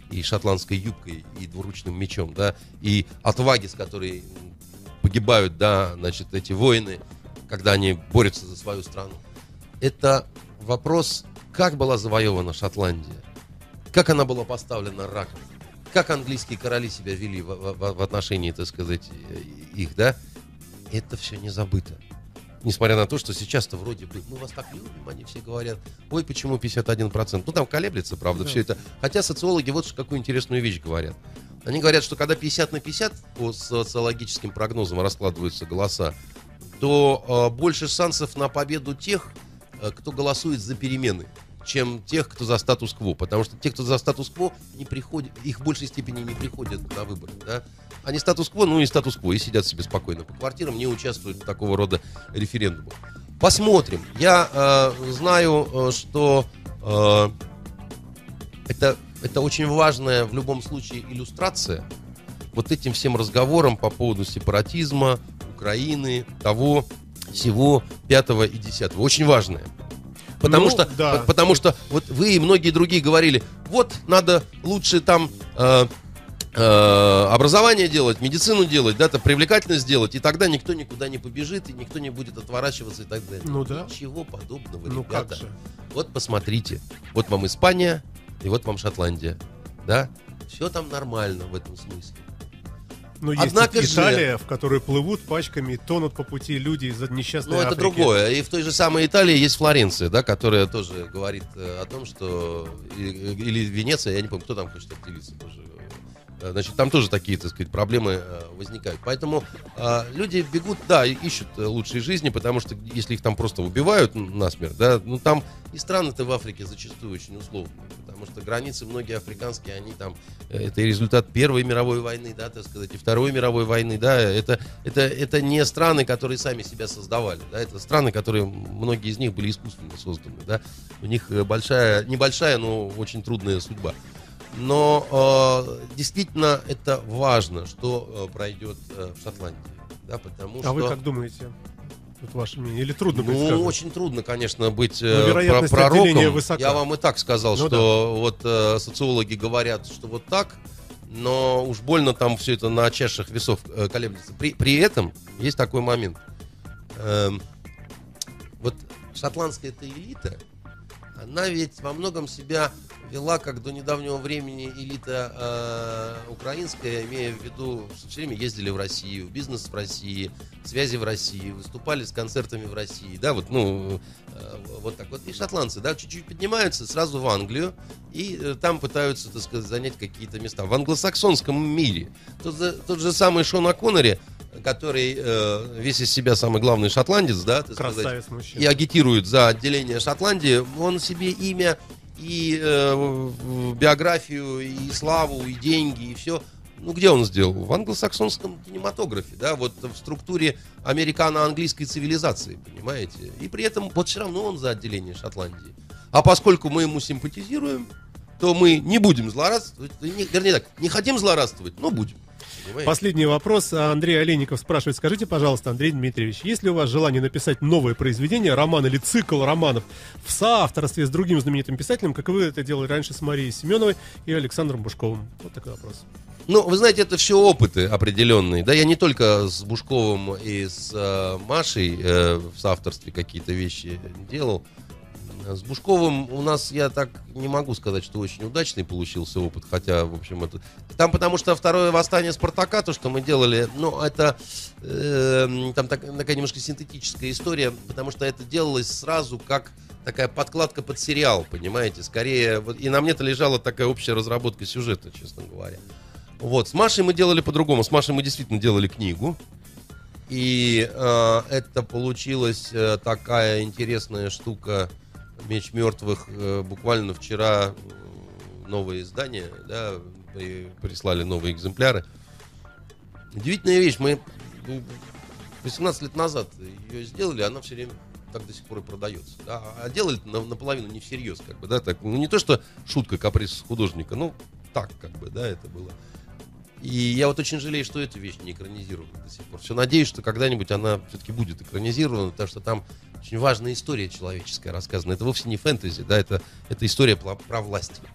и шотландской юбкой, и двуручным мечом, да, и отваги, с которой погибают, да, значит, эти воины, когда они борются за свою страну. Это вопрос, как была завоевана Шотландия, как она была поставлена раком, как английские короли себя вели в, в, в отношении, так сказать, их, да, это все не забыто. Несмотря на то, что сейчас-то вроде бы, мы вас так любим, они все говорят, ой, почему пятьдесят один процент? Ну, там колеблется, правда, да. Все это. Хотя социологи вот какую интересную вещь говорят. Они говорят, что когда пятьдесят на пятьдесят по социологическим прогнозам раскладываются голоса, то э, больше шансов на победу тех, э, кто голосует за перемены, чем тех, кто за статус-кво. Потому что те, кто за статус-кво, не приходят, их в большей степени не приходят на выборы. Да? Они статус-кво, ну и статус-кво, и сидят себе спокойно по квартирам, не участвуют в такого рода референдумах. Посмотрим. Я э, знаю, э, что э, это, это очень важная в любом случае иллюстрация вот этим всем разговорам по поводу сепаратизма, Украины, того, всего, пятого и десятого. Очень важная. Потому, ну, что, да. потому что вот вы и многие другие говорили, вот надо лучше там э, э, образование делать, медицину делать, да, то привлекательность делать, и тогда никто никуда не побежит, и никто не будет отворачиваться и так далее. Ну да. Ничего подобного, ну, ребята. Как же? Вот посмотрите, вот вам Испания, и вот вам Шотландия, да, все там нормально в этом смысле. Но есть Однако Италия, же, в которой плывут пачками, тонут по пути люди из-за несчастной Африки. Ну, это другое. И в той же самой Италии есть Флоренция, да, которая тоже говорит о том, что... Или Венеция, я не помню, кто там хочет отделиться тоже. Значит, там тоже такие, так сказать, проблемы возникают. Поэтому а, люди бегут, да, ищут лучшей жизни, потому что если их там просто убивают насмерть, да, ну там и страны-то в Африке зачастую очень условные, потому что границы многие африканские, они там, это и результат Первой мировой войны, да, так сказать, и Второй мировой войны, да, это, это, это не страны, которые сами себя создавали, да, это страны, которые, многие из них были искусственно созданы, да, у них большая, небольшая, но очень трудная судьба. Но э, действительно это важно, что э, пройдет э, в Шотландии. Да, потому а что... вы как думаете? Вот ваше мнение? Или трудно ну, предсказать? Ну, очень трудно, конечно, быть э, про- пророком. Я вам и так сказал, ну, что да. вот э, социологи говорят, что вот так, но уж больно там все это на чашах весов э, колеблется. При, при этом есть такой момент. Э, вот шотландская эта элита, она ведь во многом себя вела, как до недавнего времени элита э, украинская, имея в виду, что все время ездили в Россию, бизнес в России, связи в России, выступали с концертами в России, да, вот, ну, э, вот так вот. И шотландцы, да, чуть-чуть поднимаются сразу в Англию, и э, там пытаются, так сказать, занять какие-то места. В англосаксонском мире тот, тот же самый Шон О'Коннери, который э, весь из себя самый главный шотландец, да, так сказать, и агитирует за отделение Шотландии, он себе имя и э, биографию, и славу, и деньги, и все. Ну, где он сделал? В англосаксонском кинематографе, да, вот в структуре американо-английской цивилизации, понимаете? И при этом вот все равно он за отделение Шотландии. А поскольку мы ему симпатизируем, то мы не будем злорадствовать, не, вернее так, не хотим злорадствовать, но будем. Понимаете? Последний вопрос. Андрей Олейников спрашивает. Скажите, пожалуйста, Андрей Дмитриевич, есть ли у вас желание написать новое произведение, роман или цикл романов в соавторстве с другим знаменитым писателем, как вы это делали раньше с Марией Семеновой и Александром Бушковым? Вот такой вопрос. Ну, вы знаете, это все опыты определенные. Да, я не только с Бушковым и с э, Машей э, в соавторстве какие-то вещи делал. С Бушковым у нас, я так не могу сказать, что очень удачный получился опыт, хотя, в общем, это... Там, потому что второе восстание Спартака, то, что мы делали, ну, это э, там так, такая немножко синтетическая история, потому что это делалось сразу как такая подкладка под сериал, понимаете, скорее, вот, и на мне-то лежала такая общая разработка сюжета, честно говоря. Вот, с Машей мы делали по-другому, с Машей мы действительно делали книгу, и э, это получилась э, такая интересная штука, «Меч мертвых», э, буквально вчера новое издание, да, прислали новые экземпляры. Удивительная вещь, мы восемнадцать лет назад ее сделали, она все время так до сих пор и продается. Да? А делали на, наполовину не всерьез, как бы, да, так, ну не то, что шутка, каприз художника, ну так, как бы, да, это было. И я вот очень жалею, что эту вещь не экранизировали до сих пор. Все надеюсь, что когда-нибудь она все-таки будет экранизирована, потому что там очень важная история человеческая рассказана. Это вовсе не фэнтези, да, это, это история про, про власть.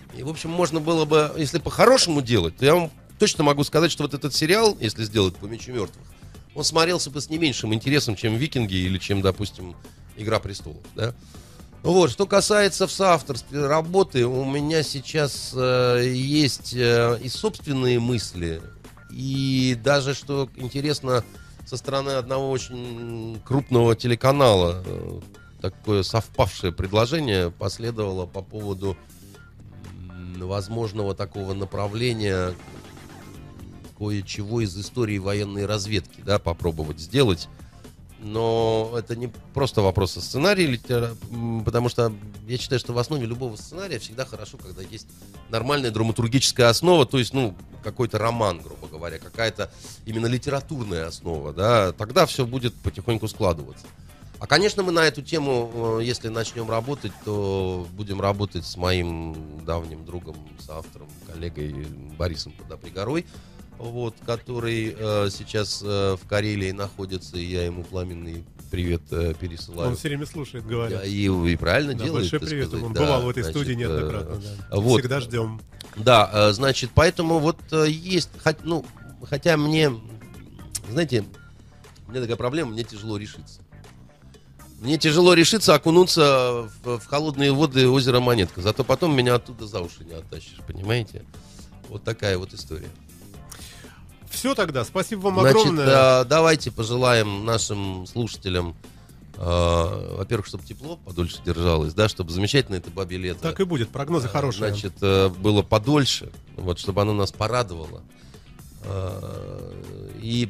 И, в общем, можно было бы, если по-хорошему делать, то я вам точно могу сказать, что вот этот сериал, если сделать по «Мечу мертвых», он смотрелся бы с не меньшим интересом, чем «Викинги» или чем, допустим, «Игра престолов». Да? Вот, что касается в соавторстве работы, у меня сейчас э, есть э, и собственные мысли, и даже, что интересно, со стороны одного очень крупного телеканала э, такое совпавшее предложение последовало по поводу м, возможного такого направления кое-чего из истории военной разведки, да, попробовать сделать. Но это не просто вопрос о сценарии, потому что я считаю, что в основе любого сценария всегда хорошо, когда есть нормальная драматургическая основа, то есть, ну, какой-то роман, грубо говоря, какая-то именно литературная основа, да, тогда все будет потихоньку складываться. А, конечно, мы на эту тему, если начнем работать, то будем работать с моим давним другом, соавтором, коллегой Борисом Подопригорой, вот, который э, сейчас э, в Карелии находится, и я ему пламенный привет э, пересылаю. Он все время слушает, говорят. И, и правильно да, делает. Большой привет, сказать. он Да, бывал в этой значит, студии неоднократно. Э, да. вот. Всегда ждем. Да, э, значит, поэтому вот э, есть, хоть, ну, хотя мне, знаете, у меня такая проблема, мне тяжело решиться. Мне тяжело решиться окунуться в, в холодные воды озера Монетка, зато потом меня оттуда за уши не оттащишь, понимаете? Вот такая вот история. Все тогда, спасибо вам Значит, огромное. э, давайте пожелаем нашим слушателям, э, во-первых, чтобы тепло подольше держалось, да, чтобы замечательно это бабье лето. Так и будет, прогнозы э, хорошие. Значит, э, было подольше, вот, чтобы оно нас порадовало. Э, и,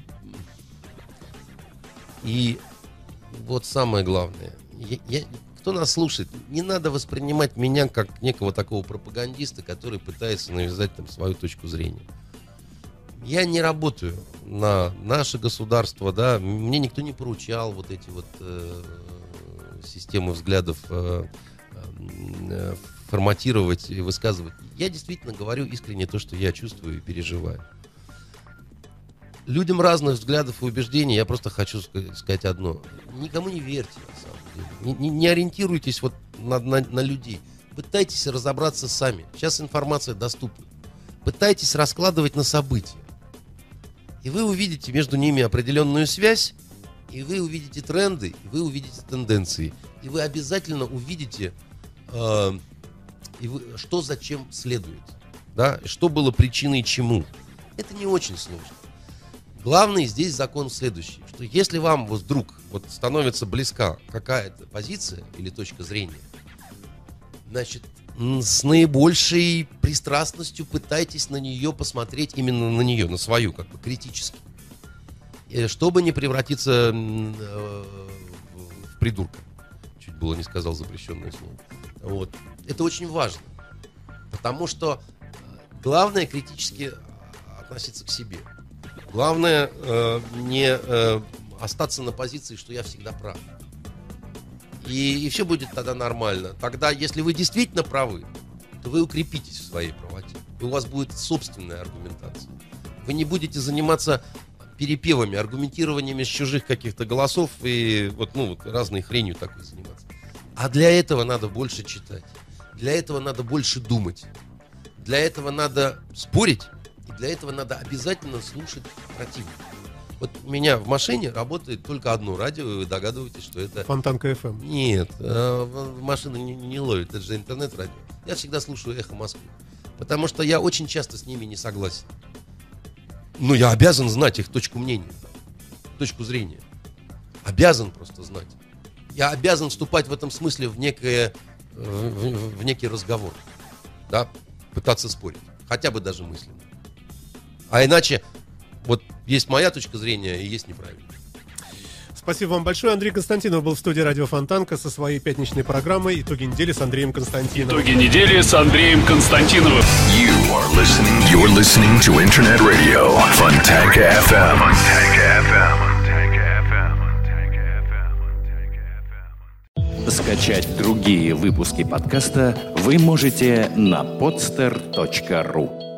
и вот самое главное, я, я, кто нас слушает, не надо воспринимать меня как некого такого пропагандиста, который пытается навязать там свою точку зрения. Я не работаю на наше государство, да, мне никто не поручал вот эти вот э, системы взглядов э, э, форматировать и высказывать. Я действительно говорю искренне то, что я чувствую и переживаю. Людям разных взглядов и убеждений я просто хочу сказать одно. Никому не верьте, на самом деле. Не, не, не ориентируйтесь вот на, на, на людей. Пытайтесь разобраться сами. Сейчас информация доступна. Пытайтесь раскладывать на события. И вы увидите между ними определенную связь, и вы увидите тренды, и вы увидите тенденции. И вы обязательно увидите, э, и вы, что зачем следует. Да? Что было причиной чему. Это не очень сложно. Главный здесь закон следующий, что если вам вот вдруг вот становится близка какая-то позиция или точка зрения, значит, с наибольшей пристрастностью пытайтесь на нее посмотреть, именно на нее, на свою, как бы критически, чтобы не превратиться в придурка. Чуть было не сказал запрещенное слово. Вот. Это очень важно, потому что главное критически относиться к себе. Главное э, не э, остаться на позиции, что я всегда прав. И, и все будет тогда нормально. Тогда, если вы действительно правы, то вы укрепитесь в своей правоте. И у вас будет собственная аргументация. Вы не будете заниматься перепевами, аргументированиями с чужих каких-то голосов и вот, ну, вот разной хренью такой заниматься. А для этого надо больше читать. Для этого надо больше думать. Для этого надо спорить. И для этого надо обязательно слушать противника. Вот у меня в машине работает только одно радио, и вы догадываетесь, что это... Фонтанка эф эм. Нет, э, машина не, не ловит, это же интернет-радио. Я всегда слушаю «Эхо Москвы», потому что я очень часто с ними не согласен. Но я обязан знать их точку мнения, точку зрения. Обязан просто знать. Я обязан вступать в этом смысле в, некое, в, в, в некий разговор. Да? Пытаться спорить. Хотя бы даже мысленно. А иначе, вот есть моя точка зрения и есть неправильная. Спасибо вам большое. Андрей Константинов был в студии радио Фонтанка со своей пятничной программой «Итоги недели» с Андреем Константиновым. Итоги недели с Андреем Константиновым. You are listening, you're listening to Internet Radio Fontanka эф эм. Fontanka эф эм. Скачать другие выпуски подкаста вы можете на podster точка ру.